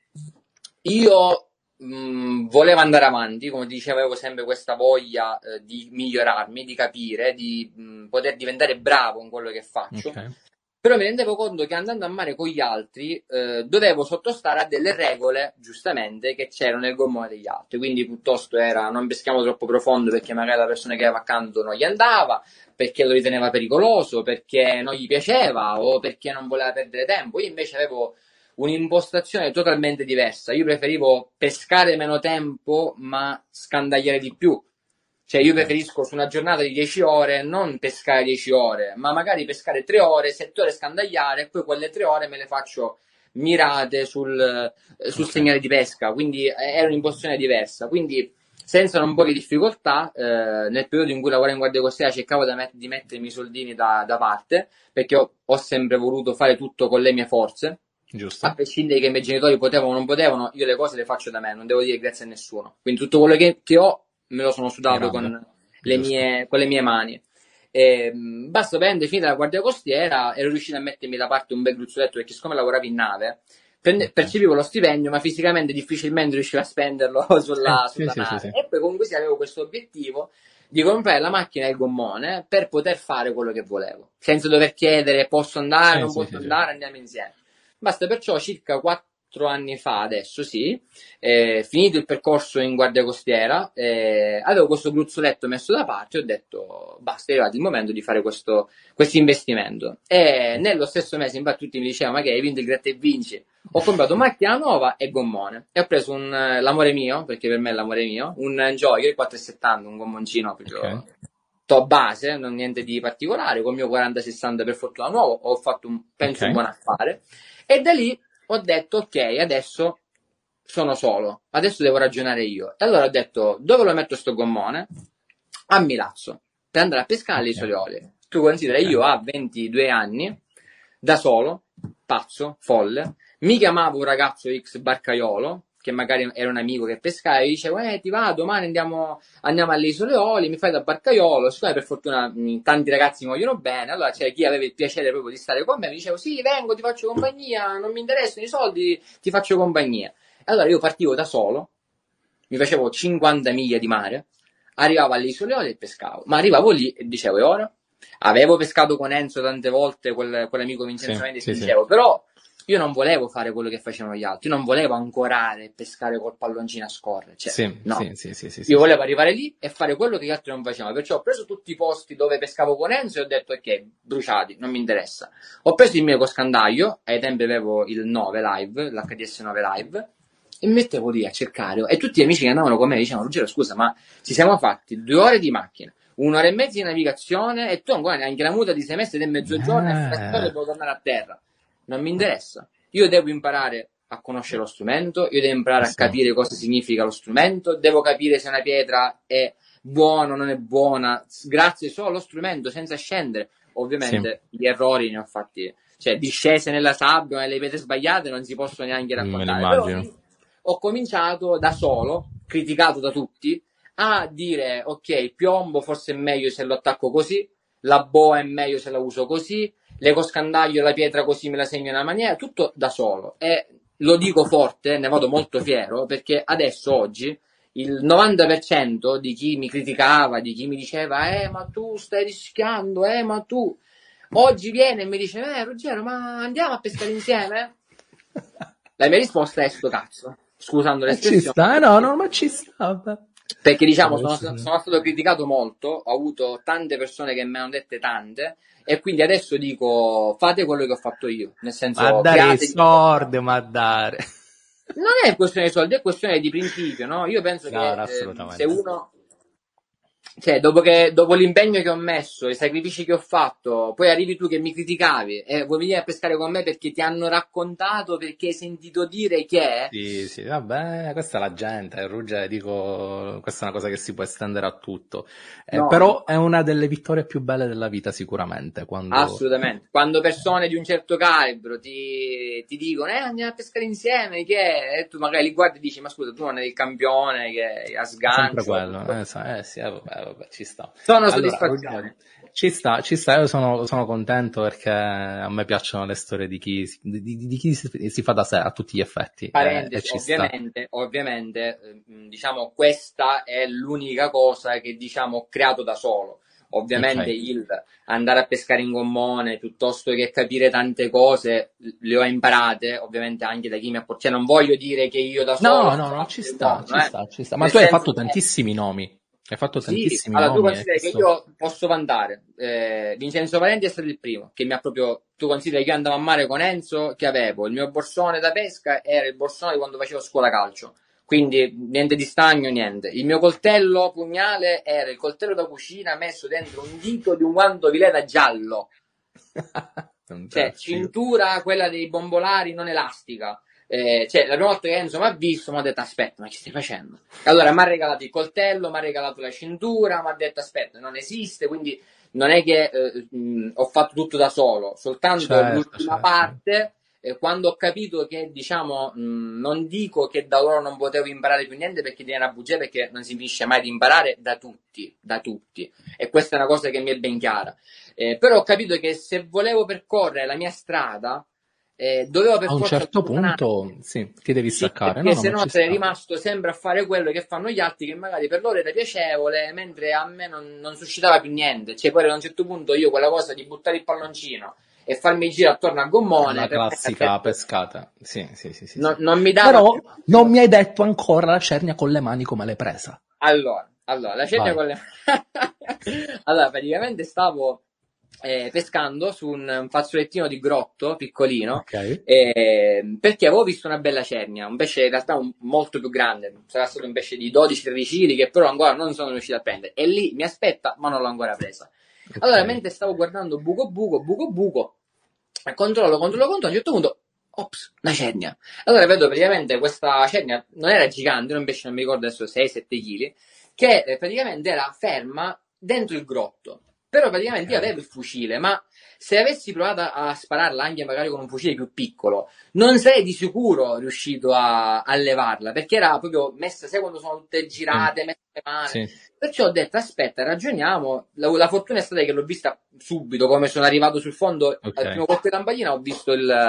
io volevo andare avanti, come dicevo, avevo sempre questa voglia di migliorarmi, di capire, di poter diventare bravo in quello che faccio. Però mi rendevo conto che andando a mare con gli altri dovevo sottostare a delle regole, giustamente, che c'erano nel gommone degli altri. Quindi piuttosto era non peschiamo troppo profondo, perché magari la persona che aveva accanto non gli andava, perché lo riteneva pericoloso, perché non gli piaceva o perché non voleva perdere tempo. Io invece avevo un'impostazione totalmente diversa. Io preferivo pescare meno tempo ma scandagliare di più. Cioè io preferisco su una giornata di 10 ore non pescare 10 ore, ma magari pescare 3 ore, 7 ore scandagliare, e poi quelle 3 ore me le faccio mirate sul segnale di pesca. Quindi era un'impostazione diversa. Quindi senza non poche difficoltà, nel periodo in cui lavoravo in guardia costiera cercavo di mettermi i soldini da parte, perché ho sempre voluto fare tutto con le mie forze. Giusto. A prescindere che i miei genitori potevano o non potevano, io le cose le faccio da me, non devo dire grazie a nessuno. Quindi tutto quello che ho me lo sono sudato con le mie mani. Basta prendere, finita la guardia costiera, ero riuscito a mettermi da parte un bel gruzzoletto, perché siccome lavoravo in nave percepivo lo stipendio, ma fisicamente difficilmente riuscivo a spenderlo sulla nave. E poi comunque avevo questo obiettivo di comprare la macchina e il gommone per poter fare quello che volevo, senza dover chiedere posso andare, non posso andare, andiamo insieme. Basta, perciò circa 4 anni fa adesso, finito il percorso in guardia costiera, avevo questo gruzzoletto messo da parte e ho detto basta, è arrivato il momento di fare questo investimento. E nello stesso mese, infatti, tutti mi dicevano ma che hai vinto il gratta e vinci? Ho comprato macchina nuova e gommone e ho preso l'amore mio, perché per me è l'amore mio, un Joyer 470, un gommoncino proprio top base, non niente di particolare, con il mio 40-60 per fortuna nuovo. Ho fatto penso un buon affare, e da lì ho detto ok, adesso sono solo, adesso devo ragionare io. E allora ho detto dove lo metto sto gommone? A Milazzo, per andare a pescare alle Isole Eolie. Tu considera, io a 22 anni, da solo, pazzo, folle, mi chiamavo un ragazzo X barcaiolo, che magari era un amico che pescava, e dicevo ti va, domani andiamo alle Isole Eolie, mi fai da barcaiolo. Siccome per fortuna tanti ragazzi mi vogliono bene, allora c'era chi aveva il piacere proprio di stare con me, mi dicevo sì, vengo, ti faccio compagnia, non mi interessano i soldi, ti faccio compagnia. Allora io partivo da solo, mi facevo 50 miglia di mare, arrivavo alle Isole Eolie e pescavo, ma arrivavo lì e dicevo e ora? Avevo pescato con Enzo tante volte, quell'amico Vincenzo Mendes, dicevo, però io non volevo fare quello che facevano gli altri, io non volevo ancorare e pescare col palloncino a scorrere, io volevo arrivare lì e fare quello che gli altri non facevano, perciò ho preso tutti i posti dove pescavo con Enzo e ho detto ok, bruciati, non mi interessa. Ho preso il mio coscandaglio, ai tempi avevo il 9 Live, l'HDS 9 Live, e mi mettevo lì a cercare, e tutti gli amici che andavano con me dicevano Ruggero, scusa, ma ci siamo fatti 2 ore di macchina, 1 ora e mezza di navigazione e tu ancora neanche la muta di 6 mesi e mezzogiorno e devo tornare a terra. Non mi interessa. Io devo imparare a conoscere lo strumento, io devo imparare a capire cosa significa lo strumento, devo capire se una pietra è buona o non è buona, grazie solo allo strumento, senza scendere. Ovviamente gli errori ne ho fatti, cioè discese nella sabbia, nelle pietre sbagliate non si possono neanche raccontare. Però ho cominciato da solo, criticato da tutti, a dire ok, piombo forse è meglio se lo attacco così, la boa è meglio se la uso così, l'ecoscandaglio, la pietra così me la segno in una maniera, tutto da solo. E lo dico forte, ne vado molto fiero, perché adesso, oggi, il 90% di chi mi criticava, di chi mi diceva, ma tu stai rischiando, ma tu... Oggi viene e mi dice, Ruggero, ma andiamo a pescare insieme? La mia risposta è sto cazzo, scusando Ci l'espressione. sta, no, ma ci sta. Beh. Perché diciamo sono stato criticato molto, ho avuto tante persone che me ne hanno dette tante, e quindi adesso dico fate quello che ho fatto io, nel Ma senso dare i create... soldi, ma dare... Non è questione di soldi, è questione di principio, no? Io penso No, che no, se assolutamente. uno... Cioè, dopo l'impegno che ho messo, i sacrifici che ho fatto, poi arrivi tu che mi criticavi e vuoi venire a pescare con me perché ti hanno raccontato, perché hai sentito dire che è... Sì, vabbè, questa è la gente, Ruggero, dico, questa è una cosa che si può estendere a tutto. No, Però è una delle vittorie più belle della vita, sicuramente, quando... assolutamente. Quando persone di un certo calibro ti dicono andiamo a pescare insieme, che è? E tu magari li guardi e dici ma scusa, tu non eri il campione che a Sempre sgancio. quello, sì, vabbè, ci sta. Sono Allora, soddisfazioni. Ruggero, ci sta, io sono contento perché a me piacciono le storie di chi, di chi si fa da sé a tutti gli effetti, e Parentesi, ci sta. ovviamente, diciamo, questa è l'unica cosa che, diciamo, ho creato da solo. Ovviamente Ok. il andare a pescare in gommone, piuttosto che capire tante cose, le ho imparate, ovviamente anche da chi mi ha portato. Cioè, non voglio dire che io da solo No, ho no, fatto il mondo, ci sta. Ma nel tu hai senso fatto che tantissimi nomi. Hai fatto sì, tantissimi allora tu nomi e consideri che questo... io posso vantare. Vincenzo Valenti è stato il primo che mi ha proprio. Tu consideri che io andavo a mare con Enzo, che avevo il mio borsone da pesca, era il borsone di quando facevo scuola calcio. Quindi niente di stagno, niente. Il mio coltello pugnale era il coltello da cucina messo dentro un dito di un guanto di leda giallo. Cioè, Fantastico. cintura, quella dei bombolari non elastica. Cioè, la prima volta che Enzo mi ha visto, mi ha detto: Aspetta, ma che stai facendo? Allora, mi ha regalato il coltello, mi ha regalato la cintura, mi ha detto: Aspetta, non esiste. Quindi, non è che ho fatto tutto da solo, soltanto l'ultima Certo. parte. Quando ho capito che, diciamo, non dico che da loro non potevo imparare più niente perché viene una bugia, perché non si finisce mai di imparare da tutti, da tutti. E questa è una cosa che mi è ben chiara. Però ho capito che se volevo percorrere la mia strada, dovevo per A un forza certo allontanarmi. punto, sì, ti devi Sì, staccare. No, perché no, se ma no ci sarei sta. rimasto sempre a fare quello che fanno gli altri, che magari per loro era piacevole, mentre a me non suscitava più niente. Cioè, poi ad un certo punto io quella cosa di buttare il palloncino e farmi il giro attorno a gommone, La per me classica adesso pescata. Sì, sì. non mi dava Però più. non mi hai detto ancora la cernia con le mani come l'hai presa. Allora, la cernia Vai. con le... Allora, praticamente stavo pescando su un fazzolettino di grotto piccolino, Ok. perché avevo visto una bella cernia, un pesce in realtà molto più grande, sarà stato un pesce di 12-13 kg che però ancora non sono riuscito a prendere, e lì mi aspetta ma non l'ho ancora presa. Ok. Allora, mentre stavo guardando buco, e controllo, a un certo punto, ops, una cernia. Allora vedo praticamente questa cernia, non era gigante, era un pesce, non mi ricordo adesso, 6-7 kg, che praticamente era ferma dentro il grotto. Però praticamente io Ok. avevo il fucile, ma se avessi provato a spararla anche magari con un fucile più piccolo, non sarei di sicuro riuscito a levarla, perché era proprio messa, sai quando sono tutte Sì. girate, messe male. Sì. Perciò ho detto, aspetta, ragioniamo. La fortuna è stata che l'ho vista subito, come sono arrivato sul fondo, al Ok. primo colpo di lampadina ho visto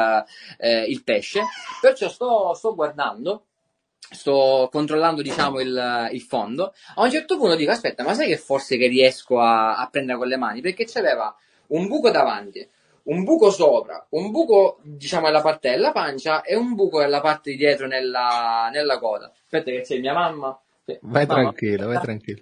il pesce. Perciò sto guardando, sto controllando, diciamo, il fondo. A un certo punto dico, aspetta, ma sai che forse che riesco a prendere con le mani? Perché c'aveva un buco davanti, un buco sopra, un buco, diciamo, nella parte della pancia e un buco nella parte di dietro nella coda. Aspetta che c'è mia mamma. Sì. Vai Mamma, tranquillo, vai tranquillo.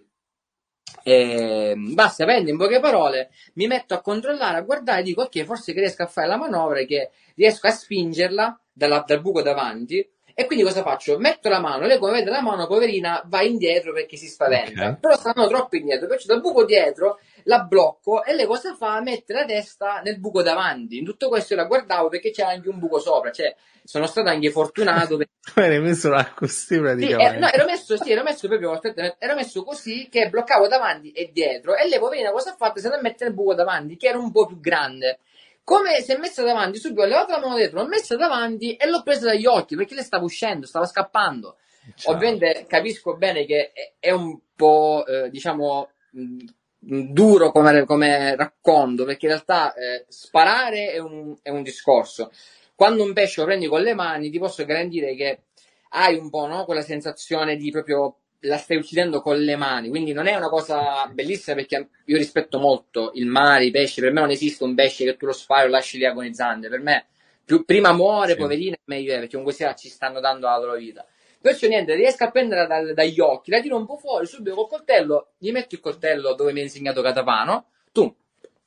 basta, prendi in poche parole, mi metto a controllare, a guardare, dico ok, forse che riesco a fare la manovra, che riesco a spingerla dal buco davanti, e quindi cosa faccio? Metto la mano, lei come vede la mano, poverina, va indietro perché si spaventa, Ok. però stanno troppo indietro, perciò dal buco dietro la blocco e lei cosa fa? Mette la testa nel buco davanti. In tutto questo io la guardavo perché c'era anche un buco sopra, cioè sono stato anche fortunato. Tu hai messo la così Sì, no, praticamente. ero messo proprio, aspetta, ero messo così che bloccavo davanti e dietro, e lei poverina cosa ha fatto? Si è andata a mettere il buco davanti, che era un po' più grande. Come si è messa davanti, subito ho levato la mano dietro, l'ho messa davanti e l'ho presa dagli occhi, perché lei stava uscendo, stava scappando. Ciao. Ovviamente capisco bene che è un po', diciamo, duro come racconto, perché in realtà sparare è un discorso. Quando un pesce lo prendi con le mani, ti posso garantire che hai un po', no, quella sensazione di proprio la stai uccidendo con le mani, quindi non è una cosa bellissima, perché io rispetto molto il mare, i pesci. Per me non esiste un pesce che tu lo spari e lo lasci lì agonizzante. Per me prima muore, Sì. poverino, meglio è, perché comunque sia ci stanno dando la loro vita. Perciò niente, riesco a prendere dagli occhi, la tiro un po' fuori, subito col coltello, gli metto il coltello dove mi ha insegnato Catapano, tu,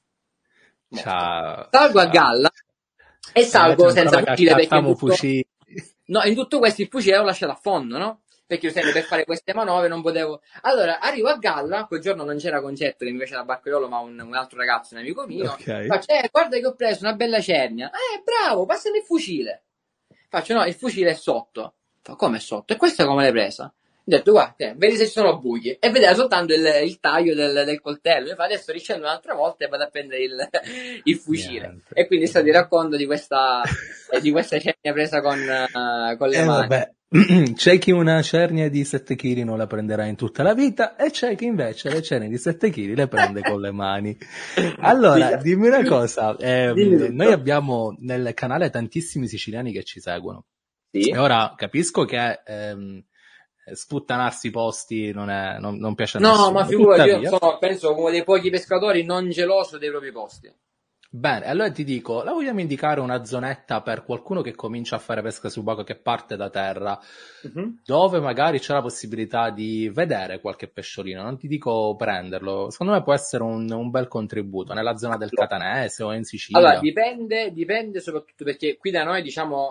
morto. Ciao, Salgo a ciao. galla e E invece salgo senza ancora fucile, perché cattamo fucili. no, in tutto questo il fucile l'ho lasciato a fondo, no? Perché io sempre per fare queste manovre non potevo. Allora, arrivo a galla, quel giorno non c'era Concetto che mi piace la barcaiolo, ma un altro ragazzo, un amico mio. Ok. Faccio, guarda che ho preso una bella cernia. Bravo, passami il fucile. Faccio, no, il fucile è sotto. Fa, come è sotto? E questa come l'hai presa? Ho detto, guarda, vedi se ci sono buchi. E vedeva soltanto il taglio del coltello. Mi fa, adesso riscendo un'altra volta e vado a prendere il fucile. Niente. E quindi è stato il racconto di questa cernia presa con le mani. Vabbè. C'è chi una cernia di 7 kg non la prenderà in tutta la vita, e c'è chi invece le cernie di 7 kg le prende con le mani. Allora, Sì, dimmi una cosa, dimmi tutto. noi abbiamo nel canale tantissimi siciliani che ci seguono. Sì. E ora capisco che sputtanarsi i posti non piace a No, nessuno. ma figurati, io Tuttavia, sono, penso, uno dei pochi pescatori non geloso dei propri posti. bene, allora ti dico, la vogliamo indicare una zonetta per qualcuno che comincia a fare pesca subacquea, che parte da terra, Mhm. dove magari c'è la possibilità di vedere qualche pesciolino, non ti dico prenderlo, secondo me può essere un bel contributo nella zona del Catanese o in Allora, Sicilia. dipende soprattutto perché qui da noi, diciamo,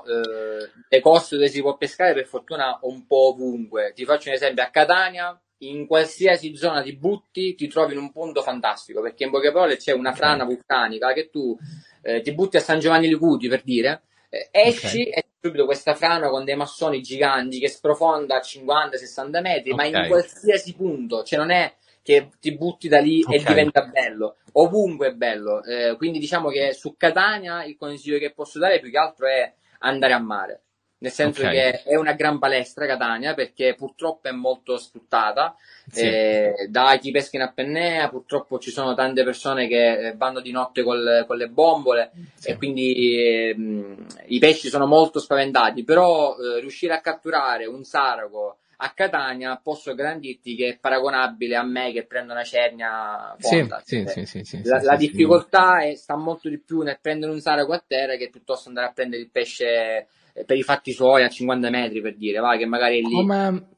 le coste dove si può pescare per fortuna un po' ovunque. Ti faccio un esempio, a Catania, in qualsiasi zona ti butti, ti trovi in un punto fantastico, perché in poche parole c'è una Ok, frana vulcanica che tu ti butti a San Giovanni Licuti, per dire, esci ok, e c'è subito questa frana con dei massoni giganti che sprofonda a 50-60 metri, ma ok, in qualsiasi punto, cioè non è che ti butti da lì e ok, diventa bello, ovunque è bello. Quindi diciamo che su Catania il consiglio che posso dare più che altro è andare a mare. Nel senso ok, che è una gran palestra Catania, perché purtroppo è molto sfruttata. sì, Da chi pesca in apnea, purtroppo ci sono tante persone che vanno di notte con le bombole, e sì, quindi i pesci sono molto spaventati. Però riuscire a catturare un saraco a Catania posso garantirti che è paragonabile a me che prendo una cernia sì, fonda. sì, sì, sì, sì, sì, La sì, sì. difficoltà sta molto di più nel prendere un saraco a terra che piuttosto andare a prendere il pesce per i fatti suoi a 50 metri, per dire, va, che magari è lì. Come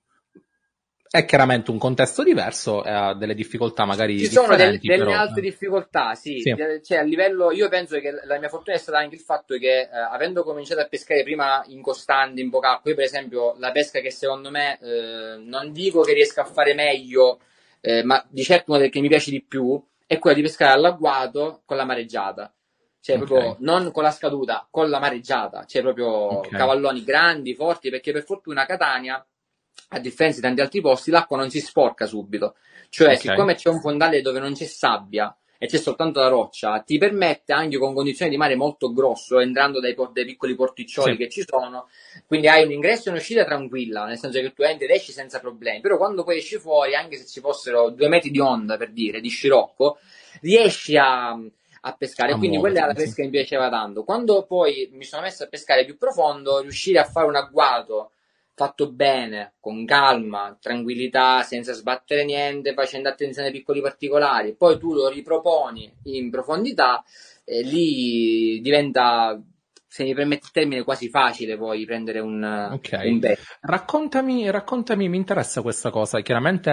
è chiaramente un contesto diverso, ha delle difficoltà magari Ci sono differenti, delle però altre difficoltà, sì. sì, Cioè, a livello, io penso che la mia fortuna è stata anche il fatto che, avendo cominciato a pescare prima in costante, in poca acqua, io per esempio, la pesca che secondo me, non dico che riesco a fare meglio, ma di certo una del che mi piace di più, è quella di pescare all'agguato con la mareggiata. Cioè, ok, proprio non con la scaduta, con la mareggiata. Cioè, proprio ok, cavalloni grandi, forti, perché per fortuna a Catania, a differenza di tanti altri posti, l'acqua non si sporca subito. Cioè, ok, siccome c'è un fondale dove non c'è sabbia e c'è soltanto la roccia, ti permette anche con condizioni di mare molto grosso, entrando dai piccoli porticcioli sì, che ci sono, quindi hai un ingresso e un'uscita tranquilla, nel senso che tu entri ed esci senza problemi. Però quando poi esci fuori, anche se ci fossero 2 metri di onda, per dire, di scirocco, riesci a pescare. a Quindi quella è la muoverti, sì. pesca che mi piaceva tanto. Quando poi mi sono messo a pescare più profondo, riuscire a fare un agguato fatto bene, con calma, tranquillità, senza sbattere niente, facendo attenzione ai piccoli particolari, poi tu lo riproponi in profondità e lì diventa, se mi permetti il termine, quasi facile poi prendere un Ok, pesce. raccontami, mi interessa questa cosa. Chiaramente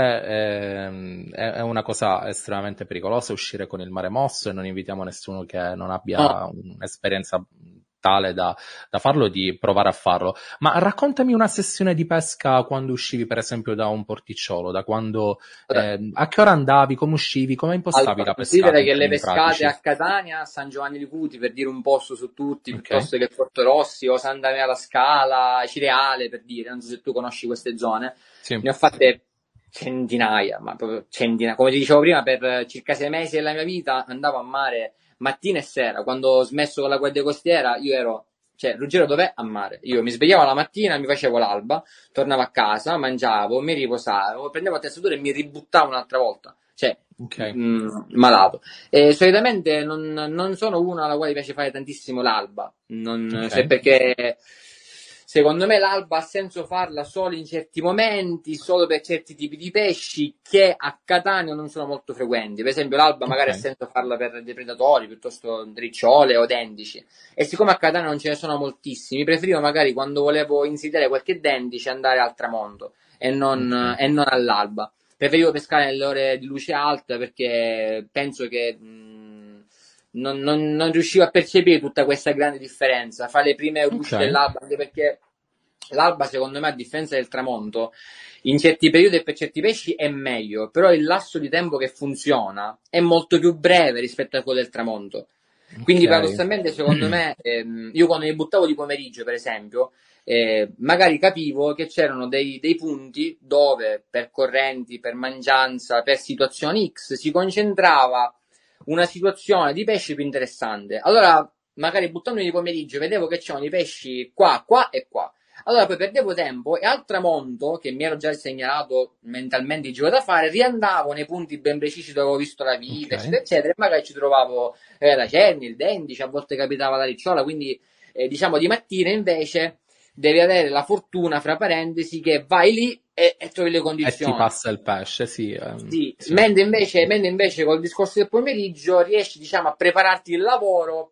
è una cosa estremamente pericolosa uscire con il mare mosso, e non invitiamo nessuno che non No, abbia un'esperienza tale da farlo, di provare a farlo. Ma raccontami una sessione di pesca quando uscivi, per esempio, da un porticciolo, da quando, allora, a che ora andavi, come uscivi, come impostavi allora, la considera pescata in che le termini pescate pratici? a Catania, San Giovanni di Puti, per dire un posto su tutti, Ok, piuttosto che Porto Rossi o San Damiano alla Scala, Cireale, per dire, non so se tu conosci queste zone, sì, ne ho fatte centinaia, ma proprio centinaia. Come ti dicevo prima, per circa 6 mesi della mia vita andavo a mare mattina e sera. Quando ho smesso con la guardia costiera, io ero, cioè, Ruggero dov'è? A mare. Io mi svegliavo la mattina, mi facevo l'alba, tornavo a casa, mangiavo, mi riposavo, prendevo a testatura e mi ributtavo un'altra volta. cioè Ok. malato. E solitamente non sono uno alla quale piace fare tantissimo l'alba, Ok. perché secondo me l'alba ha senso farla solo in certi momenti, solo per certi tipi di pesci che a Catania non sono molto frequenti. Per esempio l'alba magari ha Ok. senso farla per dei predatori, piuttosto ricciole o dendici. E siccome a Catania non ce ne sono moltissimi, preferivo magari quando volevo insidiare qualche dendice andare al tramonto Ok. e non all'alba. Preferivo pescare nelle ore di luce alta perché penso che non riuscivo a percepire tutta questa grande differenza fra le prime Ok. luci dell'alba, anche perché l'alba, secondo me, a differenza del tramonto, in certi periodi e per certi pesci è meglio, però il lasso di tempo che funziona è molto più breve rispetto a quello del tramonto. Quindi, Ok. paradossalmente, secondo me, io quando mi buttavo di pomeriggio, per esempio, magari capivo che c'erano dei punti dove per correnti, per mangianza, per situazioni X si concentrava una situazione di pesce più interessante. Allora, magari buttandomi di pomeriggio, vedevo che c'erano i pesci qua, qua e qua. Allora poi perdevo tempo e al tramonto, che mi ero già segnalato mentalmente il giro da fare, riandavo nei punti ben precisi dove avevo visto la vita, Ok. eccetera, eccetera, e magari ci trovavo la cerni, il dendice, a volte capitava la ricciola, quindi diciamo di mattina invece devi avere la fortuna, fra parentesi, che vai lì e trovi le E ti condizioni. passa il pesce, sì. Sì, Sì. mentre invece col discorso del pomeriggio riesci, diciamo, a prepararti il lavoro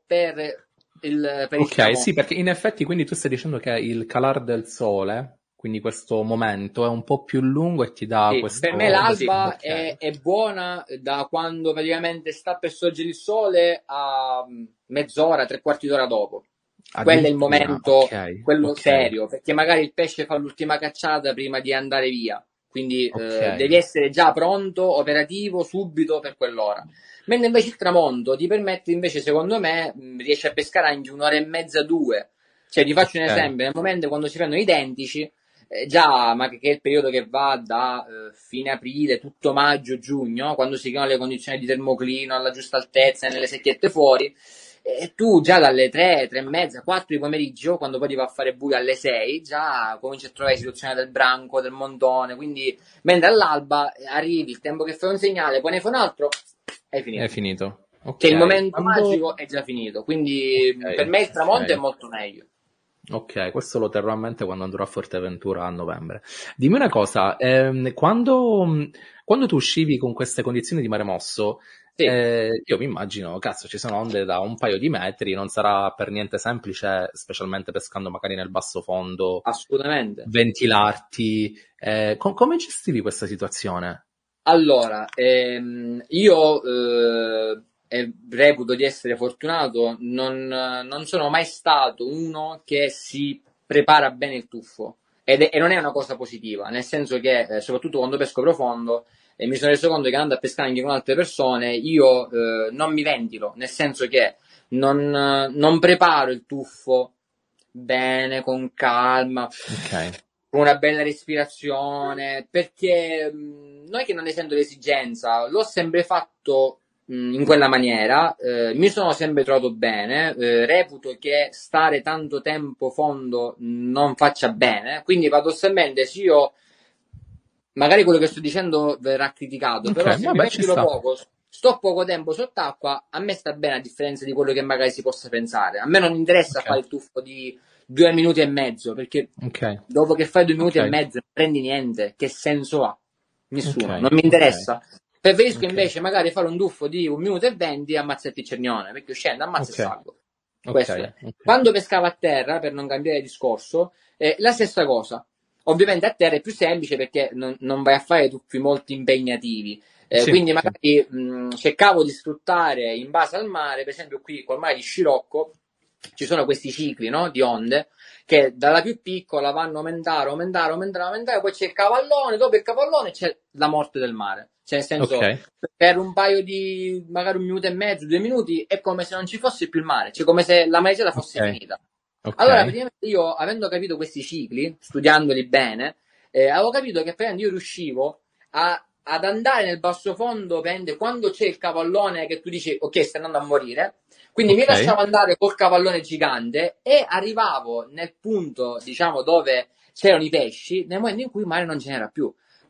per il Ok, tramonto. sì, perché in effetti quindi tu stai dicendo che il calar del sole, quindi questo momento, è un po' più lungo e ti dà Sì, per me questo... Sì, l'alba ok. è buona da quando praticamente sta per sorgere il sole a mezz'ora, tre quarti d'ora dopo. Quello è il Addirittura, momento, ok, quello ok, serio, perché magari il pesce fa l'ultima cacciata prima di andare via. Quindi ok, devi essere già pronto, operativo, subito per quell'ora. Mentre invece il tramonto ti permette, invece, secondo me, riesci a pescare anche un'ora e mezza, due. Cioè, ti faccio un ok, esempio, nel momento quando si prendono i identici, già, ma che è il periodo che va da fine aprile, tutto maggio, giugno, quando si creano le condizioni di termoclino alla giusta altezza nelle secchiette fuori, e tu già dalle 3, 3 e mezza, 4 di pomeriggio, quando poi ti va a fare buio alle 6, già cominci a trovare la situazione del branco, del montone, quindi mentre all'alba arrivi, il tempo che fai un segnale, poi ne fai un altro, hai è finito. finito. Cioè il Ok, momento quando... magico è già finito, Ok, quindi per me il tramonto è ok. molto meglio. Ok, questo lo terrò a mente quando andrò a Forteventura a novembre. Dimmi una cosa, quando tu uscivi con queste condizioni di mare mosso, Sì, io mi immagino, cazzo, ci sono onde da un paio di metri, non sarà per niente semplice, specialmente pescando magari nel basso fondo, assolutamente. ventilarti. Come gestivi questa situazione? Allora, io reputo di essere fortunato, non sono mai stato uno che si prepara bene il tuffo e non è una cosa positiva, nel senso che soprattutto quando pesco profondo e mi sono reso conto che andando a pescare anche con altre persone, io non mi ventilo, nel senso che non preparo il tuffo bene, con calma, Ok, con una bella respirazione, perché non è che non ne sento l'esigenza, l'ho sempre fatto in quella maniera, mi sono sempre trovato bene, reputo che stare tanto tempo fondo non faccia bene, quindi paradossalmente se io magari quello che sto dicendo verrà criticato, però ok, se mi vabbè, ci ventilo sta. poco, sto poco tempo sott'acqua, a me sta bene a differenza di quello che magari si possa pensare. A me non interessa Ok, fare il tuffo di 2 minuti e mezzo, perché ok, dopo che fai due ok, minuti e mezzo non prendi niente, che senso ha? ok, Nessuno, non mi ok, interessa. Preferisco ok, invece magari fare un tuffo di 1 minuto e 20 e ammazzarti il cernione, perché io scendo, ammazzo e ok, salgo. ok, Questo è. ok. Quando pescavo a terra, per non cambiare discorso, la stessa cosa. Ovviamente a terra è più semplice perché non vai a fare tuffi molto impegnativi. Sì, Quindi sì. magari cercavo di sfruttare in base al mare, per esempio qui col mare di Scirocco ci sono questi cicli, no, di onde che dalla più piccola vanno a aumentare, aumentare, aumentare, aumentare, poi c'è il cavallone, dopo il cavallone c'è la morte del mare. Cioè, nel Ok, senso, per un paio di, magari 1 minuto e mezzo, 2 minuti, è come se non ci fosse più il mare, cioè come se la mareggiata ok, fosse finita. ok, Allora, praticamente io, avendo capito questi cicli, studiandoli bene, avevo capito che praticamente io riuscivo ad andare nel basso fondo, prende, quando c'è il cavallone che tu dici, ok, stai andando a morire, quindi mi ok, lasciavo andare col cavallone gigante e arrivavo nel punto, diciamo, dove c'erano i pesci, nel momento in cui il mare non ce n'era più.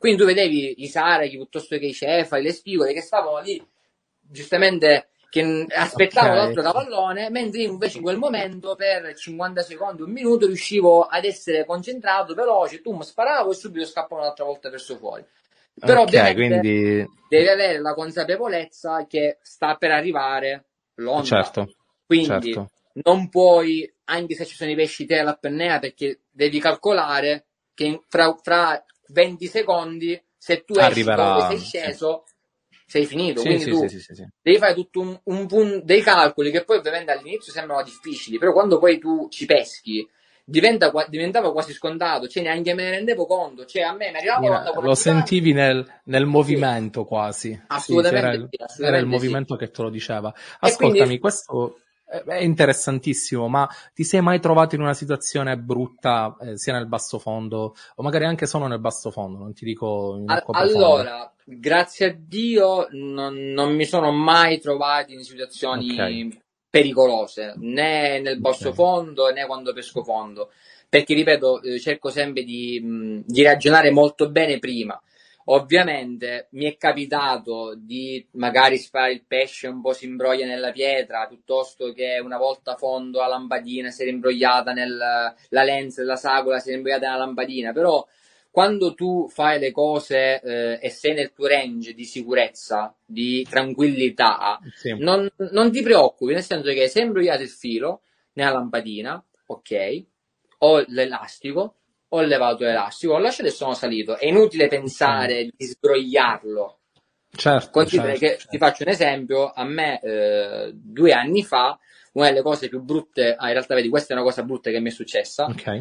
Quindi tu vedevi i sarachi piuttosto che i cefali, le spigole che stavano lì, giustamente, che aspettavano l'altro cavallone, mentre io invece in quel momento per 50 secondi, un minuto riuscivo ad essere concentrato, veloce, tu mi sparavo e subito scappavo un'altra volta verso fuori. Però ovviamente quindi devi avere la consapevolezza che sta per arrivare l'onda. certo, Quindi certo. non puoi, anche se ci sono i pesci tela apnea, perché devi calcolare che fra 20 secondi, se tu esci dove sei sceso, sei finito. Sì, Quindi sì, tu sì, sì, sì. devi fare tutto dei calcoli che poi ovviamente all'inizio sembrano difficili, però quando poi tu ci peschi diventava quasi scontato, cioè neanche me ne rendevo conto, cioè a me mi arrivava l'onda con Lo sentivi nel sì, movimento quasi. Sì, sì, assolutamente sì, era il assolutamente sì. movimento che te lo diceva. E quindi Ascoltami, questo è interessantissimo, ma ti sei mai trovato in una situazione brutta, sia nel bassofondo, o magari anche solo nel bassofondo, non ti dico in acqua profonda? allora, grazie a Dio non mi sono mai trovato in Ok, situazioni pericolose, né nel basso ok. fondo né quando pesco fondo, perché ripeto, cerco sempre di ragionare molto bene prima. Ovviamente mi è capitato di magari sparare il pesce un po' si imbroglia nella pietra, piuttosto che una volta a fondo la lampadina si era imbrogliata la lens della sagola si era imbrogliata nella lampadina, però quando tu fai le cose e sei nel tuo range di sicurezza, di tranquillità, Sì, non ti preoccupi, nel senso che se hai imbrogliato il filo nella lampadina, ok, ho l'elastico, ho levato l'elastico, ho lasciato e sono salito. È inutile ok. pensare di sbrogliarlo. Certo, Considera certo, che ti certo. faccio un esempio, a me 2 anni fa, una delle cose più brutte, in realtà vedi, questa è una cosa brutta che mi è successa, Ok,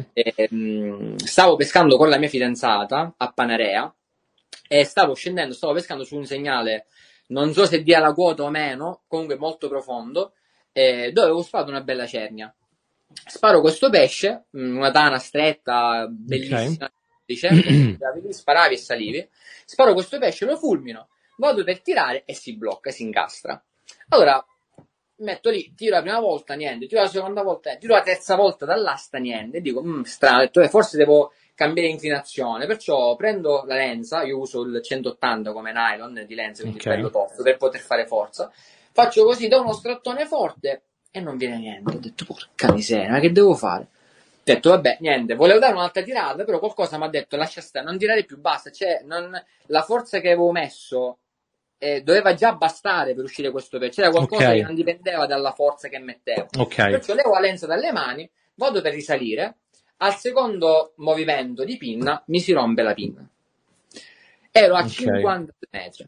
stavo pescando con la mia fidanzata a Panarea e stavo pescando su un segnale, non so se dia la quota o meno, comunque molto profondo, dove avevo sparato una bella cernia. Sparo questo pesce, una tana stretta, ok. bellissima, perché sparavi e salivi. Sparo questo pesce, lo fulmino, vado per tirare e si blocca, si incastra. Allora, metto lì, tiro la prima volta, niente, tiro la seconda volta, niente, tiro la terza volta dall'asta, niente, e dico, strano, forse devo cambiare inclinazione, perciò prendo la lenza, io uso il 180 come nylon di lenza, quindi Ok, bello tosto, per poter fare forza, faccio così, do uno strattone forte e non viene niente, ho detto, porca miseria, ma che devo fare? Ho detto, vabbè, niente, volevo dare un'altra tirata, però qualcosa mi ha detto, lascia stare, non tirare più, basta, cioè, la forza che avevo messo doveva già bastare per uscire questo pesce, c'era ok, qualcosa che non dipendeva dalla forza che mettevo. ok, Perciò levo la lenza dalle mani, vado per risalire, al secondo movimento di pinna mi si rompe la pinna. Ero a ok. 50 metri.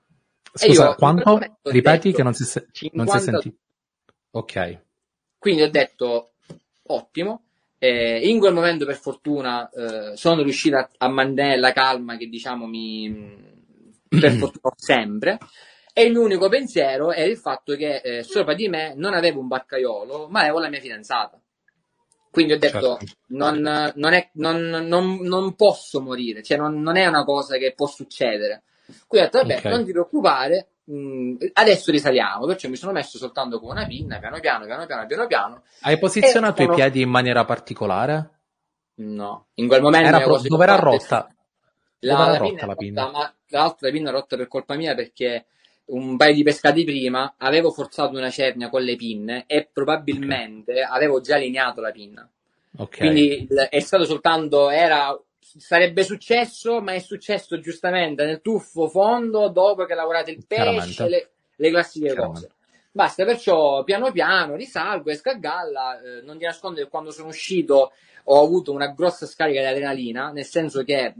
E Scusa, io in quel quanto? momento ho Ripeti che detto non si è 50. sentito. Ok, Quindi ho detto ottimo. In quel momento, per fortuna, sono riuscito a mantenere la calma che diciamo per fortuna ho sempre. E il mio unico pensiero era il fatto che sopra di me non avevo un barcaiolo, ma avevo la mia fidanzata. Quindi ho certo. detto: non posso morire, cioè non è una cosa che può succedere. Quindi ho detto: vabbè, Ok. non ti preoccupare, adesso risaliamo. Perciò mi sono messo soltanto con una pinna, piano piano, piano piano, piano piano. Hai E posizionato i sono. piedi in maniera particolare? No, in quel momento le cose che ho Dove era fatto. rotta? Dove era La pinna rotta è la pinna? rotta, ma tra l'altro la pinna è rotta per colpa mia perché un paio di pescati prima avevo forzato una cernia con le pinne e Ok, probabilmente avevo già lineato la pinna. ok, Quindi è stato soltanto, sarebbe successo, ma è successo giustamente nel tuffo fondo dopo che lavorate il pesce, chiaramente, le classiche cose. chiaramente. Basta, perciò piano piano risalgo, esco a galla, non ti nascondo che quando sono uscito ho avuto una grossa scarica di adrenalina, nel senso che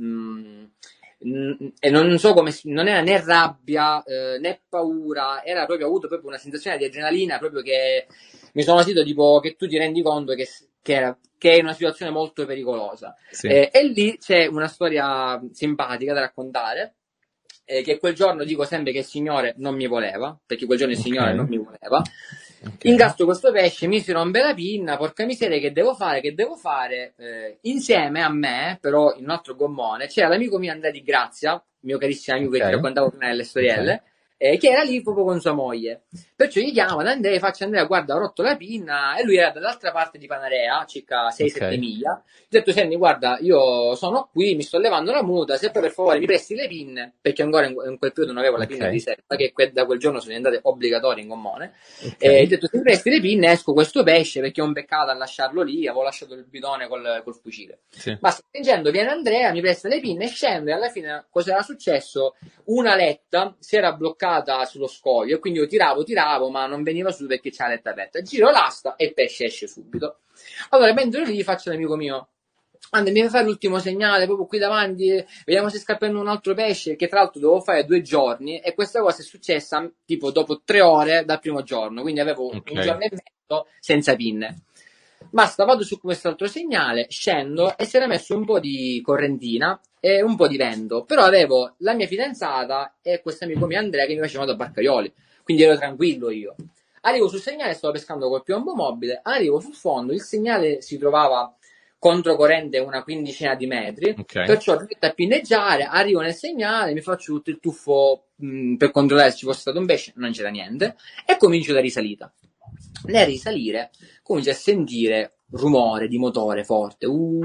e non so come, non era né rabbia né paura, era proprio, ho avuto proprio una sensazione di adrenalina, proprio che mi sono sentito tipo che tu ti rendi conto che è una situazione molto pericolosa. Sì, E lì c'è una storia simpatica da raccontare. Che quel giorno dico sempre che il Signore non mi voleva, perché quel giorno il ok, Signore non mi voleva. ok, Ingasto questo pesce, mi si rompe la pinna, porca miseria, che devo fare? Che devo fare? Insieme a me, però in un altro gommone, c'era l'amico mio Andrea Di Grazia, mio carissimo amico che ti ok, raccontavo prima delle ok, storielle, che era lì proprio con sua moglie. Perciò gli chiamo ad Andrea, faccio: Andrea, guarda, ho rotto la pinna, e lui era dall'altra parte di Panarea, circa 6-7 Ok, miglia. Ho detto: senti, guarda, io sono qui, mi sto levando la muta, se per favore mi presti le pinne, perché ancora in quel periodo non avevo la pinna di ok, riserva, che da quel giorno sono diventate obbligatorie in gommone. ok. E ho detto: se mi presti le pinne, esco questo pesce, perché è un peccato a lasciarlo lì, avevo lasciato il bidone col fucile. Sì. Ma spingendo, viene Andrea, mi presta le pinne, scendo, e alla fine cosa era successo? Una letta si era bloccata sullo scoglio, e quindi io tiravo, ma non veniva su perché c'era la letta aperta. Giro l'asta e il pesce esce subito. Allora, mentre lì faccio l'amico mio: Andrea, mi fai fare l'ultimo segnale proprio qui davanti, vediamo se sta prendendo un altro pesce, che tra l'altro dovevo fare 2 giorni, e questa cosa è successa tipo dopo 3 ore dal primo giorno, quindi avevo Ok. un giorno e mezzo senza pinne. Basta, vado su quest'altro segnale, scendo, e si era messo un po' di correntina e un po' di vento, però avevo la mia fidanzata e questo amico mio Andrea che mi facevano da barcaioli, quindi ero tranquillo io. Arrivo sul segnale, stavo pescando col piombo mobile, arrivo sul fondo, il segnale si trovava controcorrente una quindicina di metri, Ok. perciò rimetto a pinneggiare, arrivo nel segnale, mi faccio tutto il tuffo per controllare se ci fosse stato un pesce, non c'era niente, e comincio la risalita. Nel risalire comincio a sentire rumore di motore forte,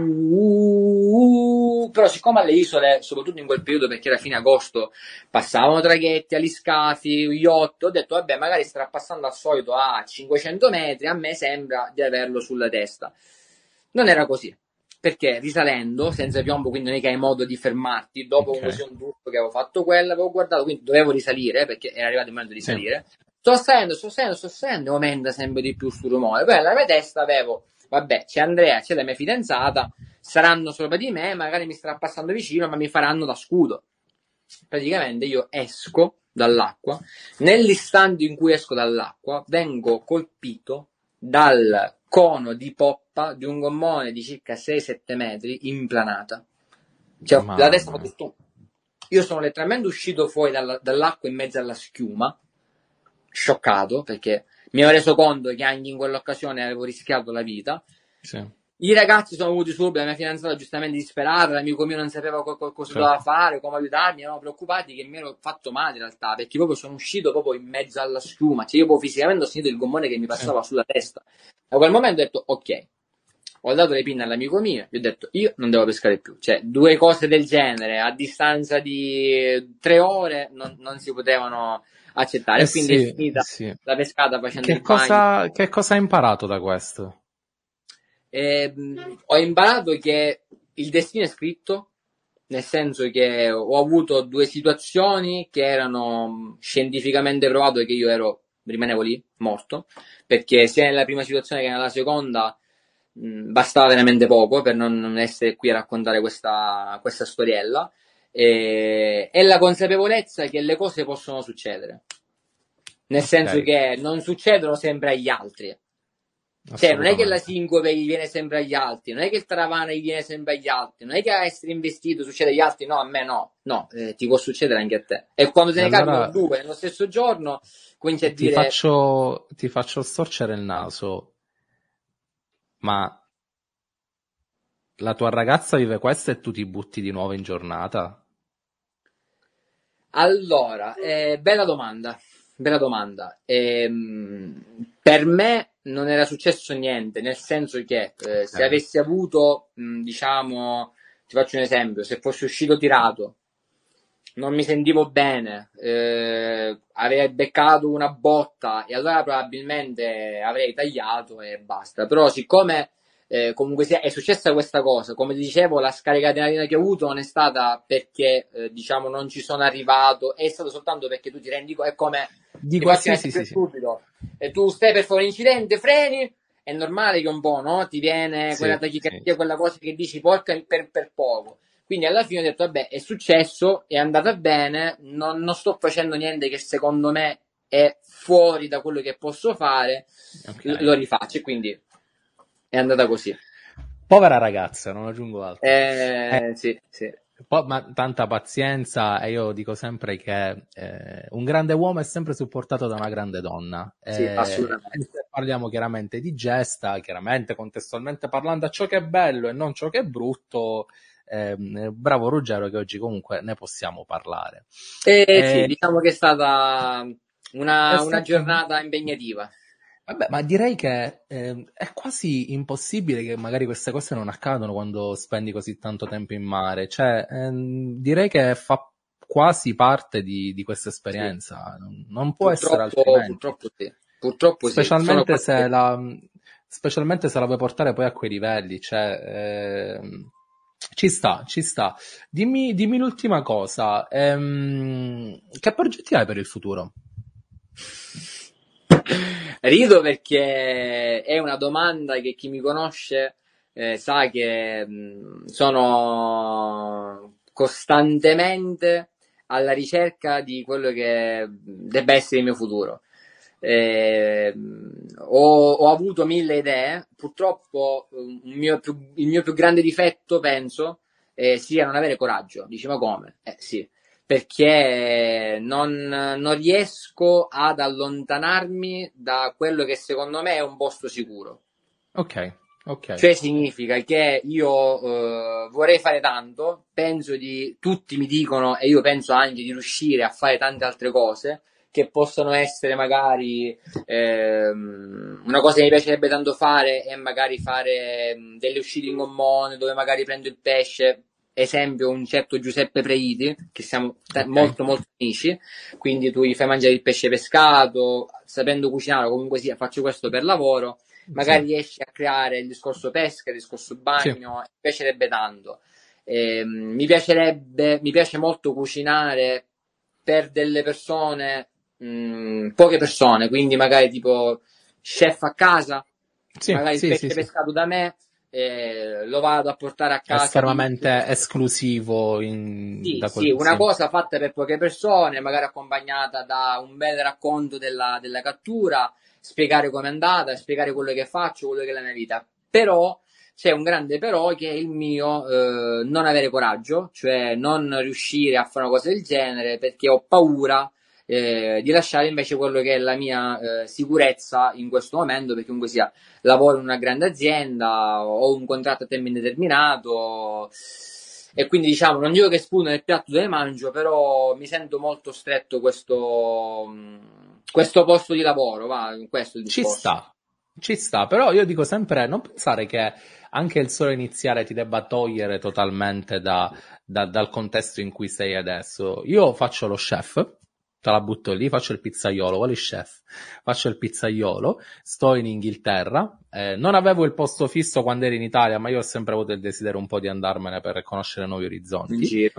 però siccome alle isole, soprattutto in quel periodo perché era fine agosto, passavano traghetti, aliscafi, yacht, ho detto vabbè, magari starà passando al solito a 500 metri, a me sembra di averlo sulla testa. Non era così, perché risalendo senza piombo, quindi non è che hai modo di fermarti, dopo Ok. così un tuffo che avevo fatto quello, avevo guardato, quindi dovevo risalire perché era arrivato il momento di Sì. salire. Sto salendo, e aumenta sempre di più sul rumore. Poi nella mia testa avevo: vabbè, c'è Andrea, c'è la mia fidanzata, saranno sopra di me, magari mi starà passando vicino, ma mi faranno da scudo. Praticamente io esco dall'acqua, nell'istante in cui esco dall'acqua vengo colpito dal cono di poppa di un gommone di circa 6-7 metri in planata. Cioè, la testa fa Mamma mia. tutto. Io sono letteralmente uscito fuori dall'acqua in mezzo alla schiuma, scioccato, perché mi ero reso conto che anche in quell'occasione avevo rischiato la vita. Sì, I ragazzi sono venuti subito, la mia fidanzata giustamente disperata, l'amico mio non sapeva cosa doveva certo. fare, come aiutarmi, erano preoccupati che mi ero fatto male in realtà, perché proprio sono uscito proprio in mezzo alla schiuma, cioè io proprio fisicamente ho sentito il gommone che mi Sì. passava sulla testa. Da quel momento ho detto ok, ho dato le pinne all'amico mio, gli ho detto io non devo pescare più, cioè 2 cose del genere a distanza di 3 ore non si potevano accettare, Eh e quindi è sì, eh finita sì. la pescata facendo Che il bagno. che cosa hai imparato da questo? Ho imparato che il destino è scritto, nel senso che ho avuto 2 situazioni che erano scientificamente provate che rimanevo lì, morto, perché sia nella prima situazione che nella seconda bastava veramente poco per non essere qui a raccontare questa storiella, e la consapevolezza che le cose possono succedere, nel senso Ok, che non succedono sempre agli altri. Cioè, non è che la assolutamente. sincope gli viene sempre agli altri, non è che il Travana gli viene sempre agli altri, non è che a essere investito succede agli altri, no, a me no, no, ti può succedere anche a te. E quando te E ne capitano allora 2 nello stesso giorno, cominci a dire: ti faccio storcere il naso, ma la tua ragazza vive questo e tu ti butti di nuovo in giornata? allora, bella domanda, bella domanda. Per me non era successo niente, nel senso che se Ok. avessi avuto, diciamo, ti faccio un esempio, se fossi uscito tirato, non mi sentivo bene, avrei beccato una botta, e allora probabilmente avrei tagliato e basta. Però siccome comunque sia, è successa questa cosa, come ti dicevo, la scarica di adrenalina che ho avuto non è stata perché diciamo non ci sono arrivato, è stato soltanto perché tu ti rendi conto, è come, ti Dico faccio un sì, sì, esempio sì, sì. stupido, e tu stai per fare un incidente, freni, è normale che un po', no? Ti viene quella Sì, sì. tachicardia, quella cosa che dici porca per poco. Quindi alla fine ho detto, vabbè, è successo, è andata bene, non sto facendo niente che secondo me è fuori da quello che posso fare, Ok. lo rifaccio, e quindi è andata così. Povera ragazza, non aggiungo altro. Sì, sì, Ma tanta pazienza, e io dico sempre che un grande uomo è sempre supportato da una grande donna. sì, E assolutamente. se parliamo chiaramente di gesta, chiaramente contestualmente parlando a ciò che è bello e non ciò che è brutto, bravo Ruggero, che oggi comunque ne possiamo parlare. Sì, diciamo che è stata È una stato... giornata impegnativa. Vabbè, ma direi che è quasi impossibile che magari queste cose non accadono quando spendi così tanto tempo in mare. Cioè, direi che fa quasi parte di questa Sì. esperienza. Non può essere altrimenti. Purtroppo sì. Purtroppo sì. Sono Specialmente cose... specialmente se la vuoi portare poi a quei livelli. Cioè, ci sta, ci sta. Dimmi l'ultima cosa. Che progetti hai per il futuro? Rido perché è una domanda che chi mi conosce sa che sono costantemente alla ricerca di quello che debba essere il mio futuro. Ho avuto mille idee, purtroppo il mio più grande difetto, penso, sia non avere coraggio. Dici, ma come? Sì, perché non riesco ad allontanarmi da quello che secondo me è un posto sicuro. Ok, ok. Cioè significa che io vorrei fare tanto, tutti mi dicono e io penso anche di riuscire a fare tante altre cose che possono essere magari una cosa che mi piacerebbe tanto fare è magari fare delle uscite in gommone dove magari prendo il pesce, esempio un certo Giuseppe Preiti, che siamo Ok. molto molto amici, quindi tu gli fai mangiare il pesce pescato, sapendo cucinare, comunque sia, faccio questo per lavoro, Sì, magari riesci a creare il discorso pesca, il discorso sì. bagno, mi piacerebbe tanto. Mi piace molto cucinare per delle persone, poche persone, quindi magari tipo chef a casa, Sì, magari il sì, sì, pesce sì. pescato da me, lo vado a portare a casa di... Estremamente esclusivo Sì, da quel... sì, una Sì, cosa fatta per poche persone, magari accompagnata da un bel racconto della cattura, spiegare com'è andata, spiegare quello che faccio, quello che è la mia vita. Però c'è un grande però che è il mio non avere coraggio, cioè non riuscire a fare una cosa del genere perché ho paura di lasciare invece quello che è la mia sicurezza in questo momento, perché comunque sia lavoro in una grande azienda, ho un contratto a tempo indeterminato e quindi diciamo non dico che spunto nel piatto dove mangio, però mi sento molto stretto questo posto di lavoro, va, questo è il ci discorso. sta, ci sta. Però io dico sempre, non pensare che anche il solo iniziare ti debba togliere totalmente dal contesto in cui sei adesso. Io faccio lo chef, te la butto lì, faccio il pizzaiolo, quale chef? Faccio il pizzaiolo, sto in Inghilterra, non avevo il posto fisso quando ero in Italia, ma io ho sempre avuto il desiderio un po' di andarmene per conoscere nuovi In orizzonti. giro.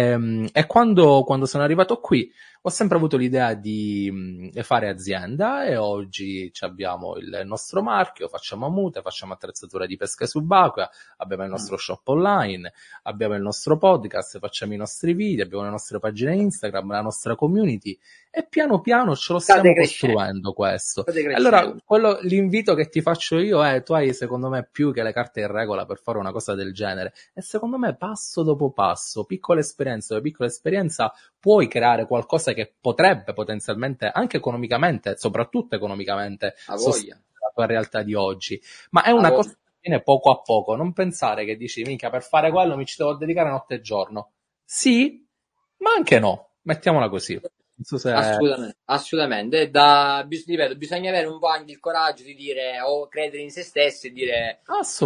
E quando sono arrivato qui ho sempre avuto l'idea di fare azienda e oggi abbiamo il nostro marchio, facciamo mute, facciamo attrezzatura di pesca subacquea, abbiamo il nostro shop online, abbiamo il nostro podcast, facciamo i nostri video, abbiamo le nostre pagine Instagram, la nostra community e piano piano ce lo State stiamo crescendo, costruendo questo. state Allora, crescendo. l'invito che ti faccio io è, tu hai secondo me più che le carte in regola per fare una cosa del genere e secondo me passo dopo passo, piccola esperienza dopo piccola esperienza, puoi creare qualcosa che potrebbe potenzialmente, anche economicamente, soprattutto economicamente, A voglia, sostenere la tua realtà di oggi. Ma è a una cosa voglia. che viene poco a poco. Non pensare che dici, minchia, per fare quello mi ci devo dedicare notte e giorno. Sì, ma anche no. Mettiamola così. Non so se... Assolutamente, assolutamente. Ripeto, bisogna avere un po' anche il coraggio di dire o credere in se stessi e dire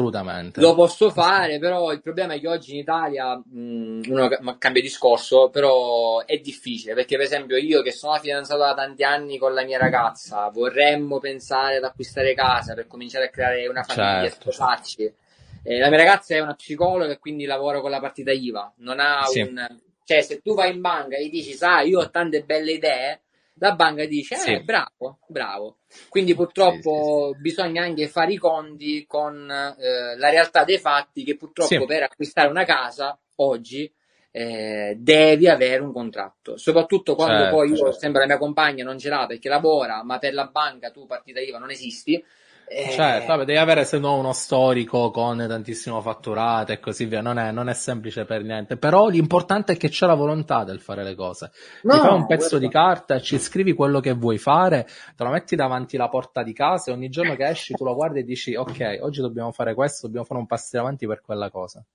lo Assolutamente. posso fare, però il problema è che oggi in Italia, uno cambia discorso, però è difficile, perché per esempio io che sono fidanzato da tanti anni con la mia ragazza, vorremmo pensare ad acquistare casa per cominciare a creare una famiglia, Certo, certo. sposarci. La mia ragazza è una psicologa e quindi lavora con la partita IVA, non ha Sì, un... Cioè, se tu vai in banca e gli dici, sai, io ho tante belle idee, la banca dice, sì, bravo, bravo. Quindi sì, sì, sì. purtroppo bisogna anche fare i conti con la realtà dei fatti che purtroppo Sì, per acquistare una casa oggi devi avere un contratto. Soprattutto quando poi certo, io, certo. sembra la mia compagna non ce l'ha perché lavora, ma per la banca tu partita IVA non esisti. Certo, Eh, vabbè, devi avere se no uno storico con tantissimo fatturato e così via, non è semplice per niente, però l'importante è che c'è la volontà del fare le cose. Ti fai un no, pezzo di carta, ci scrivi quello che vuoi fare, te lo metti davanti la porta di casa e ogni giorno che esci tu lo guardi e dici ok, oggi dobbiamo fare questo, dobbiamo fare un passo in avanti per quella cosa.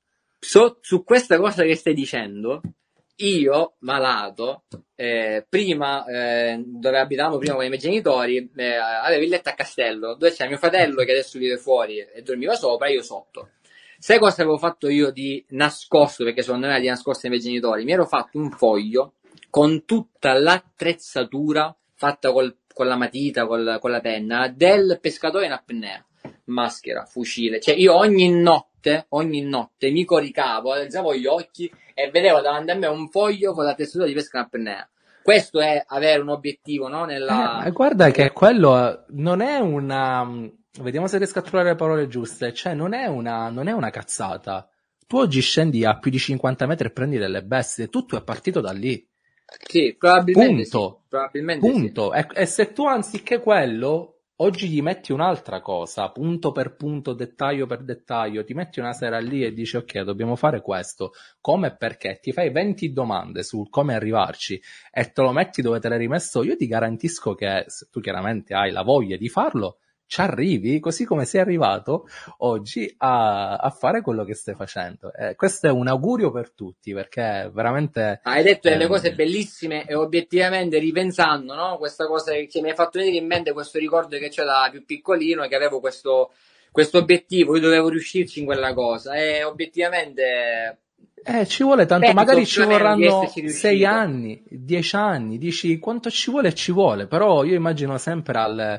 Su questa cosa che stai dicendo, io, malato, prima, dove abitavamo prima con i miei genitori, avevo il letto a Castello, dove c'era mio fratello che adesso vive fuori e dormiva sopra e io sotto. Sai cosa avevo fatto io di nascosto, perché secondo me era di nascosto ai miei genitori? Mi ero fatto un foglio con tutta l'attrezzatura fatta con la matita, con la penna, del pescatore in apnea. Maschera, fucile, cioè io ogni notte mi coricavo, alzavo gli occhi e vedevo davanti a me un foglio con la tessera di pesca in apnea. Questo è avere un obiettivo, no? Ma guarda che quello non è una... Vediamo se riesco a trovare le parole giuste. Cioè, non è una cazzata. Tu oggi scendi a più di 50 metri e prendi delle bestie. Tutto è partito da lì. Sì, probabilmente sì. Punto. Probabilmente sì. Punto. E se tu anziché quello, oggi gli metti un'altra cosa, punto per punto, dettaglio per dettaglio, ti metti una sera lì e dici ok, dobbiamo fare questo, come e perché, ti fai 20 domande su come arrivarci e te lo metti dove te l'hai rimesso, io ti garantisco che se tu chiaramente hai la voglia di farlo, ci arrivi, così come sei arrivato oggi a fare quello che stai facendo. Questo è un augurio per tutti, perché veramente... Hai detto delle cose bellissime e obiettivamente ripensando, no? Questa cosa che mi hai fatto venire in mente, questo ricordo che c'è da più piccolino e che avevo questo obiettivo, io dovevo riuscirci in quella cosa e obiettivamente Ci vuole tanto, penso magari ci più o meno di vorranno esserci 6 riuscito. anni, 10 anni, dici quanto ci vuole, ci vuole, però io immagino sempre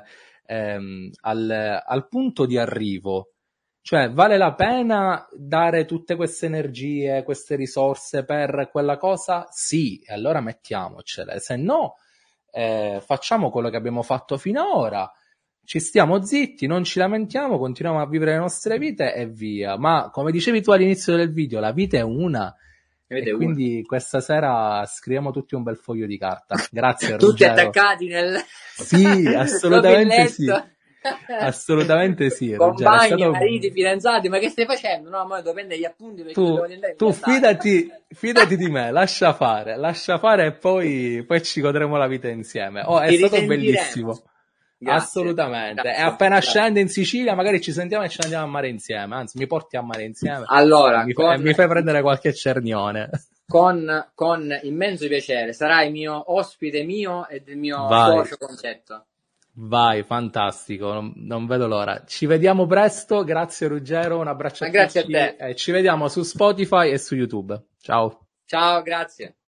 al punto di arrivo, cioè vale la pena dare tutte queste energie, queste risorse per quella cosa? Sì, e allora mettiamocele, se no facciamo quello che abbiamo fatto finora, ci stiamo zitti, non ci lamentiamo, continuiamo a vivere le nostre vite e via. Ma come dicevi tu all'inizio del video, la vita è una e Avete uno. quindi questa sera scriviamo tutti un bel foglio di carta. Grazie Tutti Ruggero. attaccati nel Sì, proprio il assolutamente sì. letto. Assolutamente sì, Ruggero. È Compagni, stato... mariti, fidanzati, ma che stai facendo? No, ma devo prendere gli appunti perché Tu, devo tu andare. fidati di me, lascia fare e poi ci godremo la vita insieme. Oh, è Ci stato risentiremo. bellissimo. Grazie, Assolutamente. E grazie, appena grazie. scende in Sicilia, magari ci sentiamo e ci andiamo a mare insieme. Anzi, mi porti a mare insieme e Allora, mi fai prendere qualche cernione. con immenso piacere, sarai mio ospite mio e del mio Vai, socio Concetto. vai, fantastico. Non vedo l'ora. Ci vediamo presto. Grazie, Ruggero. Un abbraccio Ma a grazie a tutti te. e ci vediamo su Spotify e su YouTube. Ciao. Ciao, grazie.